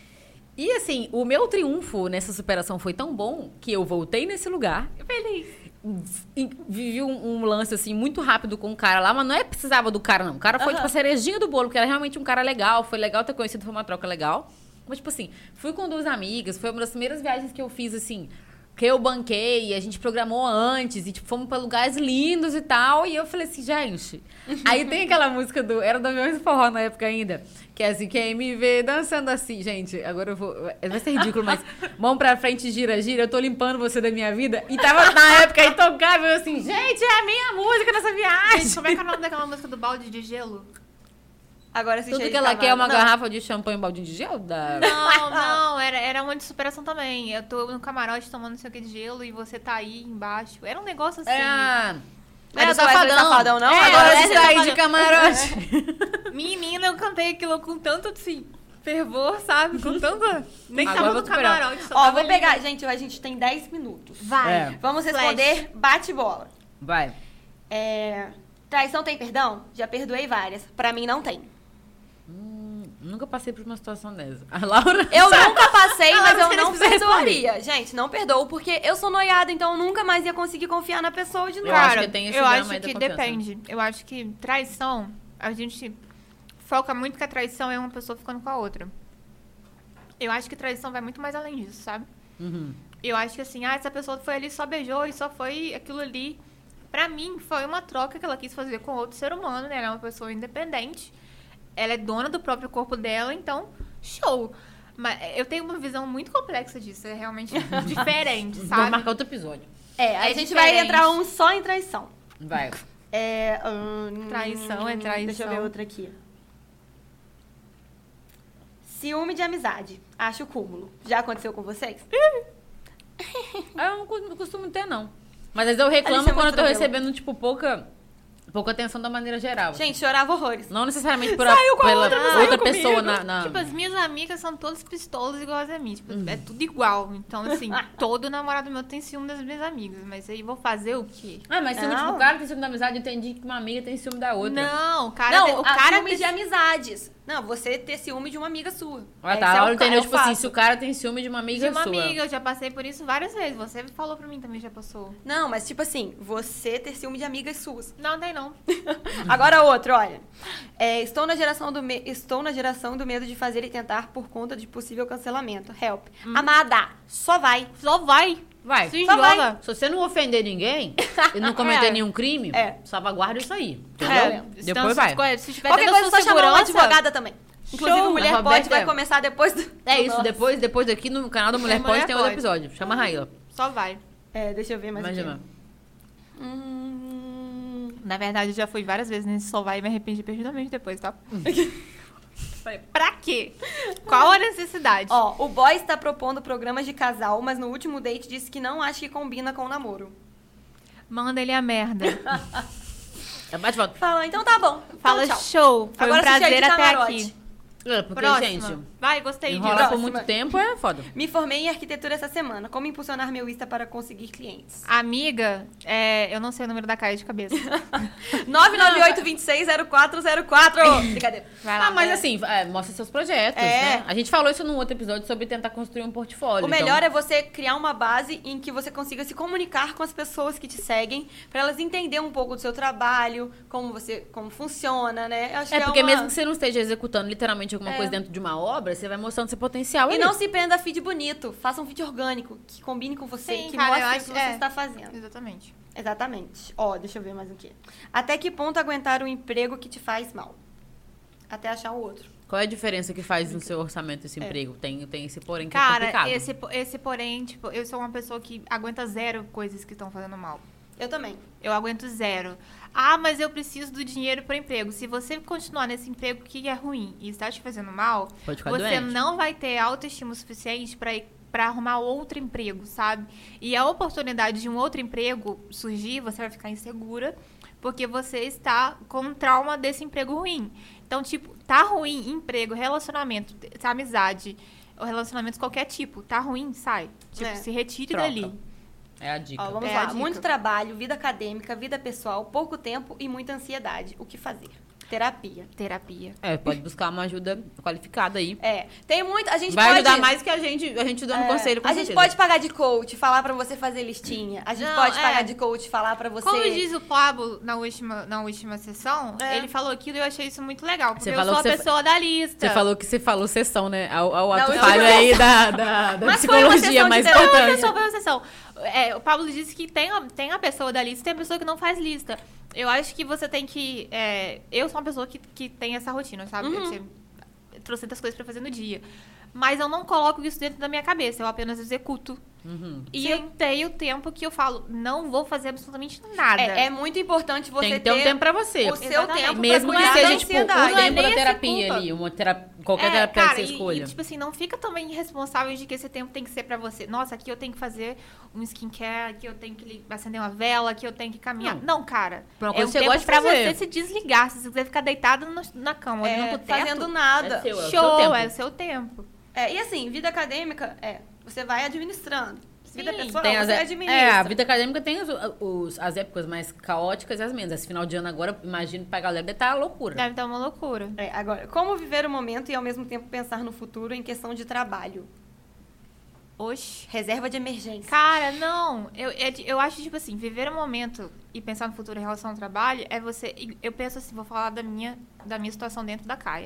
E assim, o meu triunfo nessa superação foi tão bom que eu voltei nesse lugar. Feliz. e Vivi um, um lance assim muito rápido com o cara lá, mas não é que precisava do cara, não. O cara foi Aham. tipo a cerejinha do bolo, porque era realmente um cara legal. Foi legal ter conhecido, foi uma troca legal. Mas, tipo assim, fui com duas amigas, foi uma das primeiras viagens que eu fiz, assim, que eu banquei, a gente programou antes, e tipo, fomos pra lugares lindos e tal. E eu falei assim, gente. Aí tem aquela música do. Era do Aviões do Forró na época ainda. Que é assim, quem me vê dançando assim. Gente, agora eu vou. Vai ser ridículo, mas mão pra frente, gira, gira, eu tô limpando você da minha vida. E tava na época intocável, eu assim, gente, é a minha música nessa viagem. Gente, como é que é o nome daquela música do balde de gelo? Agora assiste Tudo aí que de ela quer é uma cavalo. Não. garrafa de champanhe e um baldinho de gelo? Da... Não, não, era, era uma de superação também. Eu tô no camarote tomando não sei o que de gelo e você tá aí embaixo. Era um negócio assim. É a... Não é do Wesley Safadão, não? É, Agora agora Wesley você tá aí de Safadão. camarote. Menina, eu cantei aquilo com tanto, assim, fervor, sabe? Com tanta... Nem Agora eu tava vou no superar. camarote. só Ó, tava vou ali. pegar. Gente, a gente tem dez minutos. Vai. É. Vamos Flash. responder bate-bola. Vai. É, traição tem perdão? Já perdoei várias. Pra mim, não tem. Hum, nunca passei por uma situação dessa. A Laura... Eu nunca passei, A mas Laura eu não precisa perdoaria. Gente, não perdoo, porque eu sou noiada, então eu nunca mais ia conseguir confiar na pessoa de novo. Eu acho Cara, que tem esse eu drama acho aí da que confiança. depende. Eu acho que traição, a gente foca muito que a traição é uma pessoa ficando com a outra. Eu acho que traição vai muito mais além disso, sabe? Uhum. Eu acho que assim, ah, essa pessoa foi ali, só beijou e só foi aquilo ali. Pra mim, foi uma troca que ela quis fazer com outro ser humano, né? Ela é uma pessoa independente. Ela é dona do próprio corpo dela, então, show. Mas eu tenho uma visão muito complexa disso. É realmente diferente, Vamos sabe? marcar outro episódio. É, a É gente vai diferente. entrar um só em traição. Vai. É, hum, Traição é traição. Deixa eu ver outra aqui. Ciúme de amizade. Acho o cúmulo. Já aconteceu com vocês? Eu não costumo- costumo ter, não. Mas às vezes eu reclamo Alice é quando eu muito tô tranquila. recebendo, tipo, pouca, pouca atenção da maneira geral. Gente, chorava horrores. Não necessariamente por a, Saiu com a pela outra, não outra saiu pessoa comigo. na... na- Tipo, as minhas amigas são todas pistolas iguais a mim. Tipo, Uhum. é tudo igual. Então, assim, todo namorado meu tem ciúme das minhas amigas. Mas aí vou fazer o quê? Ah, mas ciúme, Não. tipo, o cara tem ciúme da amizade, eu entendi que uma amiga tem ciúme da outra. Não, o cara... Não, tem- o o cara ciúme tem- de amizades. Não, você ter ciúme de uma amiga sua. Ah, Esse tá. é Ela o ca- entendeu, é o tipo assim, fato. se o cara tem ciúme de uma amiga de uma sua. amiga, eu já passei por isso várias vezes. Você falou pra mim também, já passou. Não, mas tipo assim, você ter ciúme de amigas suas. Não, tem não. Agora outro, olha. É, estou, na geração do me- estou na geração do medo de fazer e tentar por conta de possível cancelamento. Help. Amada, só vai. Só vai. Vai. Se Só vai. joga. Se você não ofender ninguém e não cometer É. nenhum crime, É. salvaguarda isso aí. Entendeu? É. Depois vai. Se tiver Qualquer dentro da coisa, sua só chamar uma segurança, advogada também. Inclusive, Show. Mulher A Pode Roberta vai é- começar depois do... É do isso, nosso. depois, depois daqui no canal da Mulher, Mulher Pode tem outro Pode. episódio. Chama a Raíla. Só vai. É, deixa eu ver mais Imagina. aqui. Hum... Na verdade, eu já fui várias vezes nesse só vai e me arrependi perdidamente depois, tá? Falei, pra quê? Qual a necessidade? Ó, o boy está propondo programas de casal, mas no último date disse que não acha que combina com o namoro. Manda ele a merda. É, bate e volta. Fala, então tá bom. Então, Fala tchau. show. Foi Agora um você prazer chega de até camarote. aqui. É, porque, Próxima. gente, Vai, gostei enrolar disso. por Próxima. muito tempo é foda. Me formei em arquitetura essa semana. Como impulsionar meu Insta para conseguir clientes? Amiga, é, eu não sei o número da Caia de cabeça. nove nove oito, dois seis, zero quatro zero quatro. Brincadeira. Vai lá. Ah, mas é. assim, é, mostra seus projetos, É. né? A gente falou isso num outro episódio sobre tentar construir um portfólio. O então- melhor é você criar uma base em que você consiga se comunicar com as pessoas que te seguem, para elas entenderem um pouco do seu trabalho, como você, como funciona, né? Acho É, que porque uma... mesmo que você não esteja executando literalmente alguma É. coisa dentro de uma obra, você vai mostrando seu potencial E ali. não se prenda a feed bonito. Faça um feed orgânico, que combine com você, Sim, que cara, eu mostre o acho- que você é. está fazendo. Exatamente. Exatamente. Ó, deixa eu ver mais um aqui. Até que ponto aguentar um emprego que te faz mal? Até achar o outro. Qual é a diferença que faz no seu orçamento esse emprego? Tem, tem esse porém que é Cara, complicado. esse, po- esse porém, tipo, eu sou uma pessoa que aguenta zero coisas que estão fazendo mal. Eu também. Eu aguento zero. Ah, mas eu preciso do dinheiro para emprego. Se você continuar nesse emprego que é ruim e está te fazendo mal, Pode ficar você doente. não vai ter autoestima o suficiente para para arrumar outro emprego, sabe? E a oportunidade de um outro emprego surgir, você vai ficar insegura, porque você está com um trauma desse emprego ruim. Então, tipo, tá ruim emprego, relacionamento, amizade, ou relacionamento de qualquer tipo, tá ruim, sai. Tipo, É. se retire Troca. dali. É a dica. Ó, vamos É a lá. dica. Muito trabalho, vida acadêmica, vida pessoal, pouco tempo e muita ansiedade. O que fazer? Terapia. Terapia. É, pode buscar uma ajuda qualificada aí. É. Tem muito. A gente Vai pode. ajudar mais que a gente, a gente dando É, conselho, com a gente certeza. pode pagar de coach, falar pra você fazer listinha. A gente Não, pode é. pagar de coach, falar pra você. Como diz o Pablo na última, na última sessão, É. ele falou aquilo e eu achei isso muito legal. Porque Você eu falou sou a que você- pessoa da lista. Você falou que você falou sessão, né? Ao, ao Na ato última falho aí da, da, da Mas foi uma psicologia sessão de mais terapia. Foi uma importante. sessão, foi uma sessão. É, o Pablo disse que tem a, tem a pessoa da lista e tem a pessoa que não faz lista. Eu acho que você tem que... é, eu sou uma pessoa que, que tem essa rotina, sabe? Uhum. Eu tenho trocentas coisas pra fazer no dia. Mas eu não coloco isso dentro da minha cabeça. Eu apenas executo. Uhum. E Sim. eu tenho tempo que eu falo, não vou fazer absolutamente nada. É, é muito importante você Tem que ter um tempo pra você. o seu Exatamente. tempo Mesmo pra que cuidar seja, da tipo, ansiedade. o Não é tempo nem da essa terapia culpa. ali. Uma tera... Qualquer É, terapia cara, que você e- escolha. E, tipo assim, não fica também responsável de que esse tempo tem que ser pra você. Nossa, aqui eu tenho que fazer um skincare, aqui eu tenho que li- acender uma vela, aqui eu tenho que caminhar. Não. Não, cara. Pra uma é coisa um que você tempo gosta de pra fazer. você se desligar. Se você quiser ficar deitado no- na cama, olhando É, pro teto, fazendo nada. É seu, é o seu show, tempo. é o seu tempo. É, e assim, vida acadêmica, é, você vai administrando. Vida pessoal, Tem as, você é, administra. é, a vida acadêmica tem os, os- as épocas mais caóticas e as menos. Esse final de ano agora, imagino pra galera deve estar loucura. Deve estar uma loucura. É, agora, como viver o momento e ao mesmo tempo pensar no futuro em questão de trabalho? Oxi. Reserva de emergência. Cara, não. Eu, eu, eu acho, tipo assim, viver o momento e pensar no futuro em relação ao trabalho é você... Eu penso assim, vou falar da minha, da minha situação dentro da Caia.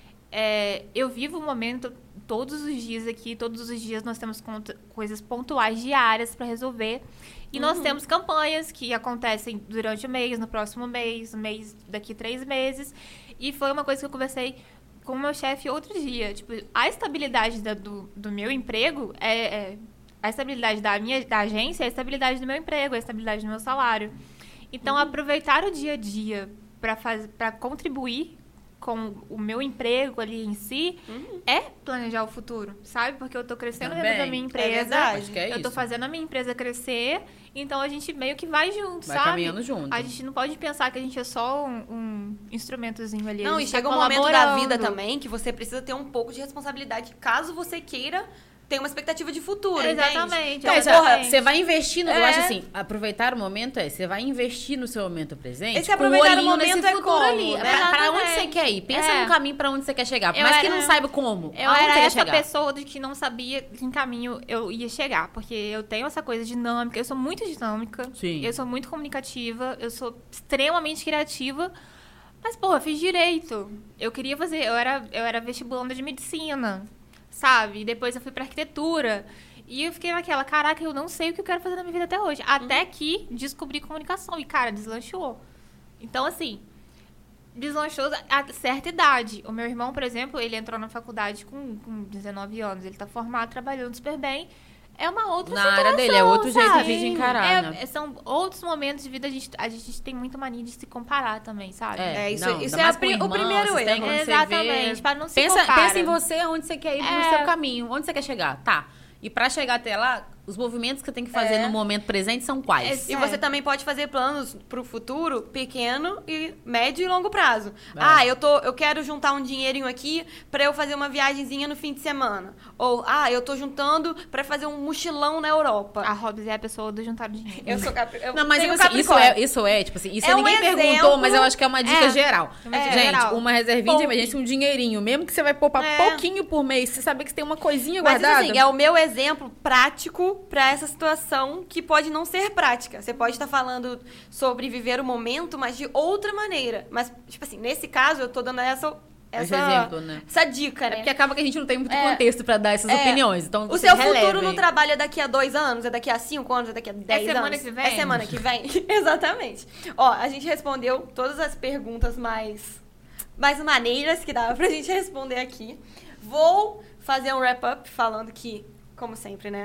É, eu vivo o momento todos os dias aqui, todos os dias nós temos conta, coisas pontuais diárias para resolver. E nós temos campanhas que acontecem durante o mês, no próximo mês, no mês daqui três meses. E foi uma coisa que eu conversei com o meu chefe outro dia. Tipo, a estabilidade da, do, do meu emprego é, é... A estabilidade da minha da agência é a estabilidade do meu emprego, é a estabilidade do meu salário. Então, uhum. aproveitar o dia a dia para contribuir com o meu emprego ali em si, uhum. é planejar o futuro, sabe? Porque eu tô crescendo Também. dentro da minha empresa. É verdade. Acho que é eu tô isso. fazendo a minha empresa crescer, então a gente meio que vai junto, Vai sabe? caminhando junto. A gente não pode pensar que a gente é só um, um instrumentozinho ali. Não, a e gente chega tá um momento da vida colaborando. também que você precisa ter um pouco de responsabilidade caso você queira ter uma expectativa de futuro, Exatamente. entende? Então, É, exatamente. você vai investir no. Eu É. acho assim, aproveitar o momento é, você vai investir no seu momento presente. Esse com aproveitar o olhinho momento nesse é futuro como, ali. né? Pra, pra onde Exatamente. você quer ir? Pensa É. no caminho pra onde você quer chegar. Por Eu mais que era- não saiba como. Eu aonde era você quer essa chegar? pessoa de que não sabia que caminho eu ia chegar. Porque eu tenho essa coisa dinâmica. Eu sou muito dinâmica. Sim. Eu sou muito comunicativa. Eu sou extremamente criativa. Mas, porra, eu fiz direito. Eu queria fazer... Eu era, eu era vestibulanda de medicina, sabe? E depois eu fui pra arquitetura. E eu fiquei naquela, caraca, eu não sei o que eu quero fazer na minha vida até hoje. Até que descobri comunicação. E, cara, deslanchou. Então, assim... Deslanchou a certa idade. O meu irmão, por exemplo, ele entrou na faculdade com, com dezenove anos. Ele tá formado, trabalhando super bem. É uma outra Na situação, área dele, é outro jeito sabe? de encarar, É, né? é, são outros momentos de vida. A gente, a gente tem muita mania de se comparar também, sabe? É, isso- não, isso ainda é mais a com pri- o irmão, primeiro vocês têm erro. quando você Exatamente, vê- para não se pensa, compara. pensa em você, onde você quer ir, no É. seu caminho, onde você quer chegar. Tá. E pra chegar até lá, os movimentos que você tem que fazer É. no momento presente são quais? E você também pode fazer planos pro futuro pequeno e médio e longo prazo. É. Ah, eu tô, eu quero juntar um dinheirinho aqui pra eu fazer uma viagenzinha no fim de semana. Ou, ah, eu tô juntando pra fazer um mochilão na Europa. A Hobbs é a pessoa do juntar dinheiro. Eu sou cap... eu Não, mas tenho assim, isso, Capricórnio. é, isso é, tipo assim, isso É um ninguém exemplo. perguntou, mas eu acho que é uma dica É. geral. Uma dica Gente, geral. uma reservinha de Poupe. emergência, um dinheirinho, mesmo que você vai poupar É. pouquinho por mês, você saber que você tem uma coisinha Mas isso, guardada. assim, é o meu exemplo prático pra essa situação que pode não ser prática. Você pode estar falando sobre viver o momento, mas de outra maneira. Mas, tipo assim, nesse caso, eu tô dando essa, Esse essa, exemplo, né? essa dica, É né? porque acaba que a gente não tem muito É. contexto pra dar essas É. opiniões. Então, O vocês seu futuro relevem. no trabalho é daqui a dois anos? É daqui a cinco anos? É daqui a dez semana anos? que vem? É semana que vem? Exatamente. Ó, a gente respondeu todas as perguntas mais, mais maneiras que dava pra gente responder aqui. Vou fazer um wrap-up falando que, como sempre, né?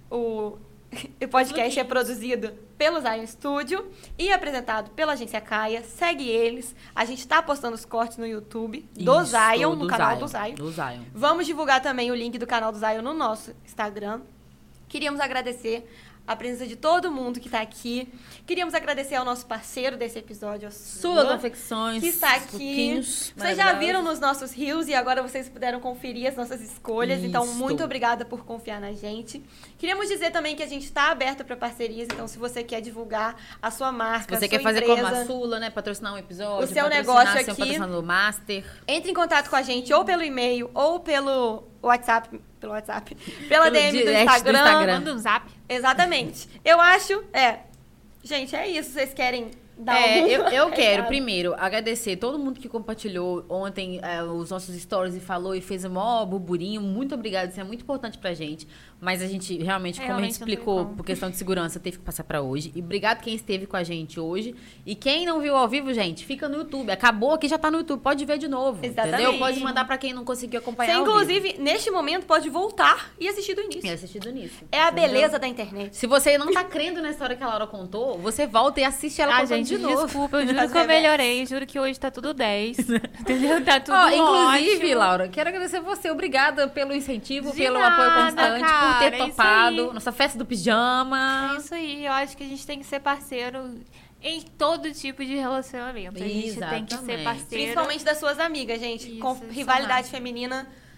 O, o podcast é produzido pelo Zion Studio e apresentado pela agência Caia. Segue eles. A gente tá postando os cortes no YouTube do Isso, Zion, no do canal Zion, do Zion. Do Zion. Vamos divulgar também o link do canal do Zion no nosso Instagram. Queríamos agradecer a presença de todo mundo que está aqui. Queríamos agradecer ao nosso parceiro desse episódio, a Sula Sula, Confecções. que está aqui. Suquinhos Vocês já maravilhosos. viram nos nossos rios e agora vocês puderam conferir as nossas escolhas. Então, Isso. muito obrigada por confiar na gente. Queríamos dizer também que a gente está aberto para parcerias. Então, se você quer divulgar a sua marca, Se você a quer sua fazer empresa, como a Sula, né? Patrocinar um episódio. O seu patrocinar negócio ser um aqui. patrocinador master. entre em contato com a gente ou pelo e-mail ou pelo WhatsApp, pelo WhatsApp, pela Pelo D M do direct do Instagram. Instagram. Manda um zap. Exatamente. Eu acho, é. Gente, é isso. Vocês querem dar É, algum eu, eu quero, recado? primeiro, agradecer todo mundo que compartilhou ontem é, os nossos stories e falou e fez um maior burburinho. Muito obrigada, isso é muito importante pra gente. Mas a gente, realmente, como a Realmente gente não tem explicou, como. por questão de segurança, teve que passar pra hoje. E obrigado quem esteve com a gente hoje. E quem não viu ao vivo, gente, fica no YouTube. Acabou aqui, já tá no YouTube. Pode ver de novo, Exatamente. entendeu? Pode mandar pra quem não conseguiu acompanhar Você, ao vivo. inclusive, neste momento, pode voltar e assistir do E início. assistir do início. É a entendeu? beleza da internet. Se você não tá crendo na história que a Laura contou, você volta e assiste ela Ah, contando gente, de novo. desculpa, eu juro As que eu reversas. melhorei. Juro que hoje tá tudo dez. Entendeu? Tá tudo Ó, inclusive, ótimo. Laura, quero agradecer você. Obrigada pelo incentivo, De pelo nada, apoio constante, por cara, ter é isso topado. aí. Nossa festa do pijama. É isso aí, eu acho que a gente tem que ser parceiro em todo tipo de relacionamento. A gente tem que ser Exatamente. parceiro. Principalmente das suas amigas, gente. Isso, Com isso rivalidade mesmo. feminina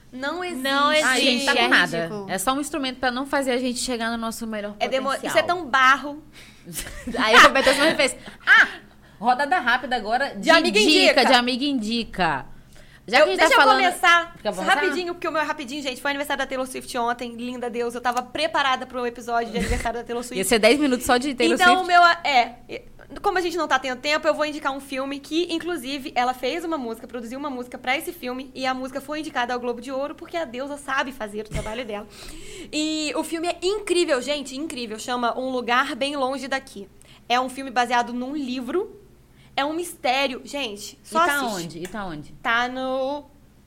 Não existe. Não existe. Ai, gente, tá com é nada. ridículo. É só um instrumento pra não fazer a gente chegar no nosso melhor É potencial. demo... Isso é tão barro. Aí a competição fez. Ah! Rodada rápida agora de, De amiga indica. De amiga indica. Já Eu- que a gente deixa tá eu falando... começar Quer começar? rapidinho, porque o meu é rapidinho, gente. Foi aniversário da Taylor Swift ontem. Linda Deus. Eu tava preparada pro episódio de aniversário da Taylor Swift. Ia ser dez minutos só de Taylor Então, o Swift. meu é. Como a gente não tá tendo tempo, eu vou indicar um filme que, inclusive, ela fez uma música, produziu uma música pra esse filme, e a música foi indicada ao Globo de Ouro, porque a deusa sabe fazer o trabalho dela. E o filme é incrível, gente, incrível. Chama Um Lugar Bem Longe Daqui. É um filme baseado num livro. É um mistério. Gente, só E tá assiste. onde? E tá onde? Tá no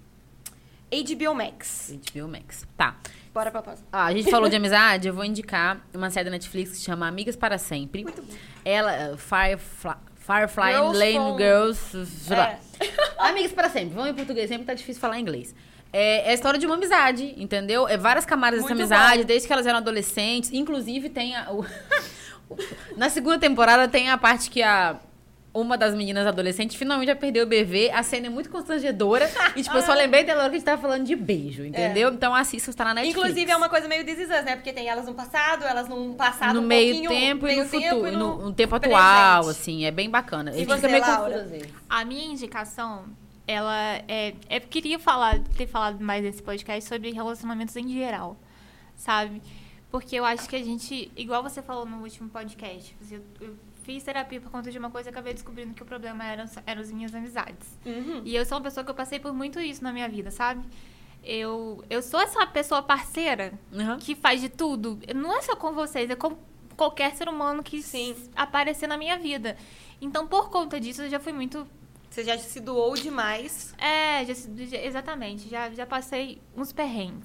H B O Max. H B O Max. Tá. Bora pra próxima. Ah, a gente falou de amizade, eu vou indicar uma série da Netflix que se chama Amigas para Sempre. Muito bom. Ela, Firefly, Firefly Girls Lane from- Girls... É. Amigas para Sempre. Vamos em português, sempre tá difícil falar inglês. É, é a história de uma amizade, entendeu? É várias camadas dessa Muito amizade, bom. desde que elas eram adolescentes. Inclusive, tem a... o- Na segunda temporada tem a parte que a... Uma das meninas adolescentes finalmente já perdeu o bebê. A cena é muito constrangedora. E, tipo, eu só lembrei dela hora que a gente tava falando de beijo, entendeu? Então assista, está na Netflix. Inclusive, é uma coisa meio This Is Us, né? Porque tem elas no passado, elas num passado no um meio pouquinho... tempo e meio no tempo futuro, e no, no tempo presente. atual, assim, é bem bacana. A E gente você, fica meio Laura? confuso às vezes. A minha indicação, ela é... Eu queria falar, ter falado mais nesse podcast sobre relacionamentos em geral, sabe? Porque eu acho que a gente, igual você falou no último podcast, eu, eu fiz terapia por conta de uma coisa e acabei descobrindo que o problema eram, eram as minhas amizades. Uhum. E eu sou uma pessoa que eu passei por muito isso na minha vida, sabe? Eu, eu sou essa pessoa parceira Uhum. que faz de tudo. Não é só com vocês, é com qualquer ser humano que Sim. s- aparecer na minha vida. Então, por conta disso, eu já fui muito... Você já se doou demais. É, já, já- exatamente. Já, já passei uns perrengues.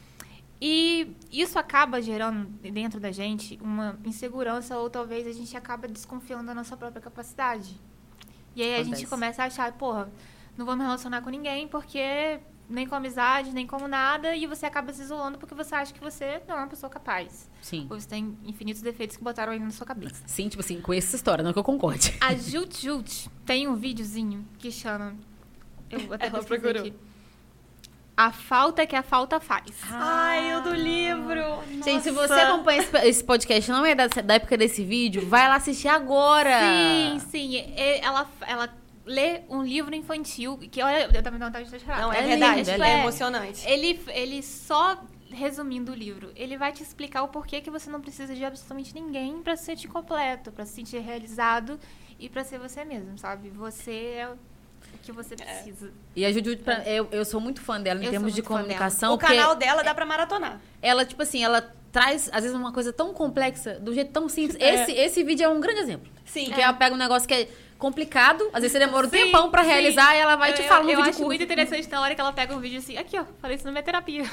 E isso acaba gerando dentro da gente uma insegurança ou talvez a gente acaba desconfiando da nossa própria capacidade. E aí a Acontece. gente começa a achar, porra, não vou me relacionar com ninguém porque nem com amizade, nem com nada, e você acaba se isolando porque você acha que você não é uma pessoa capaz. Sim. Ou você tem infinitos defeitos que botaram aí na sua cabeça. Sim, tipo assim, conheço essa história, não que eu concorde. A Jut Jut tem um videozinho que chama... Eu até Ela pesquisei procurou. aqui. A falta que a falta faz. Ai, o do livro. Gente, se você Nossa. acompanha esse, esse podcast não é da, da época desse vídeo, vai lá assistir agora. Sim, sim. E- Ela, ela lê um livro infantil, que olha, eu também não vontade de chorar. Não, é, É verdade. lindo, é, é- emocionante. Ele, ele só, resumindo o livro, ele vai te explicar o porquê que você não precisa de absolutamente ninguém pra se sentir completo, pra se sentir realizado e pra ser você mesmo, sabe? Você é o que você precisa. E a Juju, pra- eu, eu sou muito fã dela em Eu termos sou de muito fã dela. comunicação. O porque canal dela dá pra maratonar. ela, tipo assim, ela traz, às vezes, uma coisa tão complexa, do jeito tão simples. É. Esse, esse vídeo é um grande exemplo. Sim. Porque ela pega um negócio que é complicado, às vezes você demora um Sim, tempão pra sim. realizar e ela vai eu, te falar no eu, eu vídeo acho curto. muito interessante na hora que ela pega um vídeo assim, aqui ó, falei isso na minha terapia.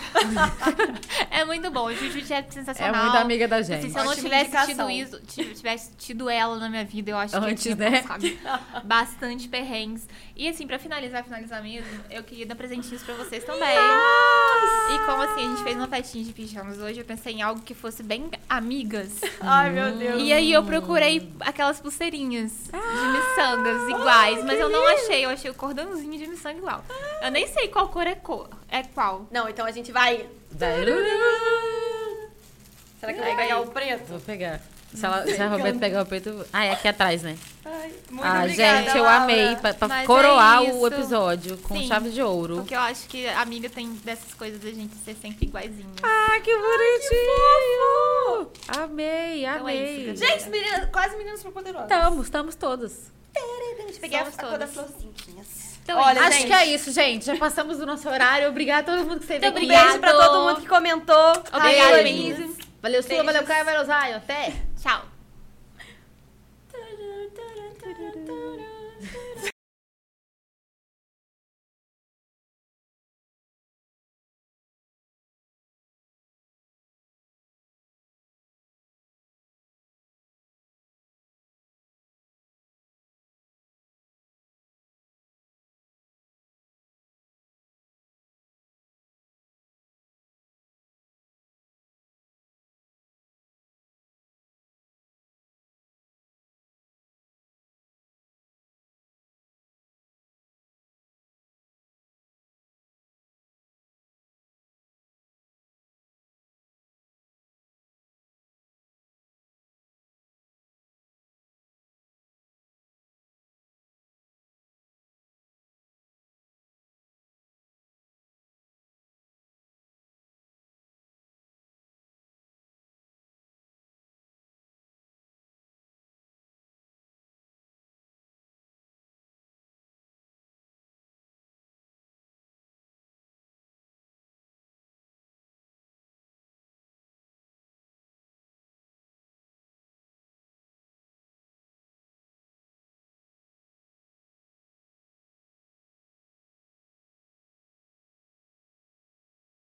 É muito bom, a Juju é sensacional. É muito amiga da gente. Assim, se eu não Ótima tivesse indicação. tido isso, ti- tivesse tido ela na minha vida, eu acho que Antes, eu tinha né? passado bastante perrengues. E assim, pra finalizar, finalizar mesmo, eu queria dar presentinhos pra vocês também. E como assim, a gente fez uma festinha de pijamas hoje, eu pensei em algo que fosse bem amigas. Ai, meu Deus. E aí eu procurei aquelas pulseirinhas de miçangas iguais, mas eu não achei, eu achei o cordãozinho de miçanga igual. Eu nem sei qual cor é cor, é qual. Não, então a gente vai... Vai. Será que eu vou pegar o preto? Vou pegar. Se, ela, se a Roberta pegar o preto... Ah, é aqui atrás, né? Ai, muito ah, obrigada, gente, eu Laura. amei. Pra, pra Mas coroar é o isso. episódio com Sim. chave de ouro. Porque eu acho que a amiga tem dessas coisas da gente ser sempre iguaizinha. Ah, que bonitinho! Amei, Então é amei. isso, Gente, meninas, quase meninas superpoderosas. Estamos, estamos todas. Gente, peguei a, Somos a cor das todas. florzinhas. Então, Olha, Acho gente, que é isso, gente. Já passamos do nosso horário. Obrigada a todo mundo que esteve Muito aqui. Um beijo pra Obrigado. todo mundo que comentou. Obrigada, Ai, meninas. Valeu, Sula, Beijos. valeu, Caio, valeu, Zaio. Até! Tchau.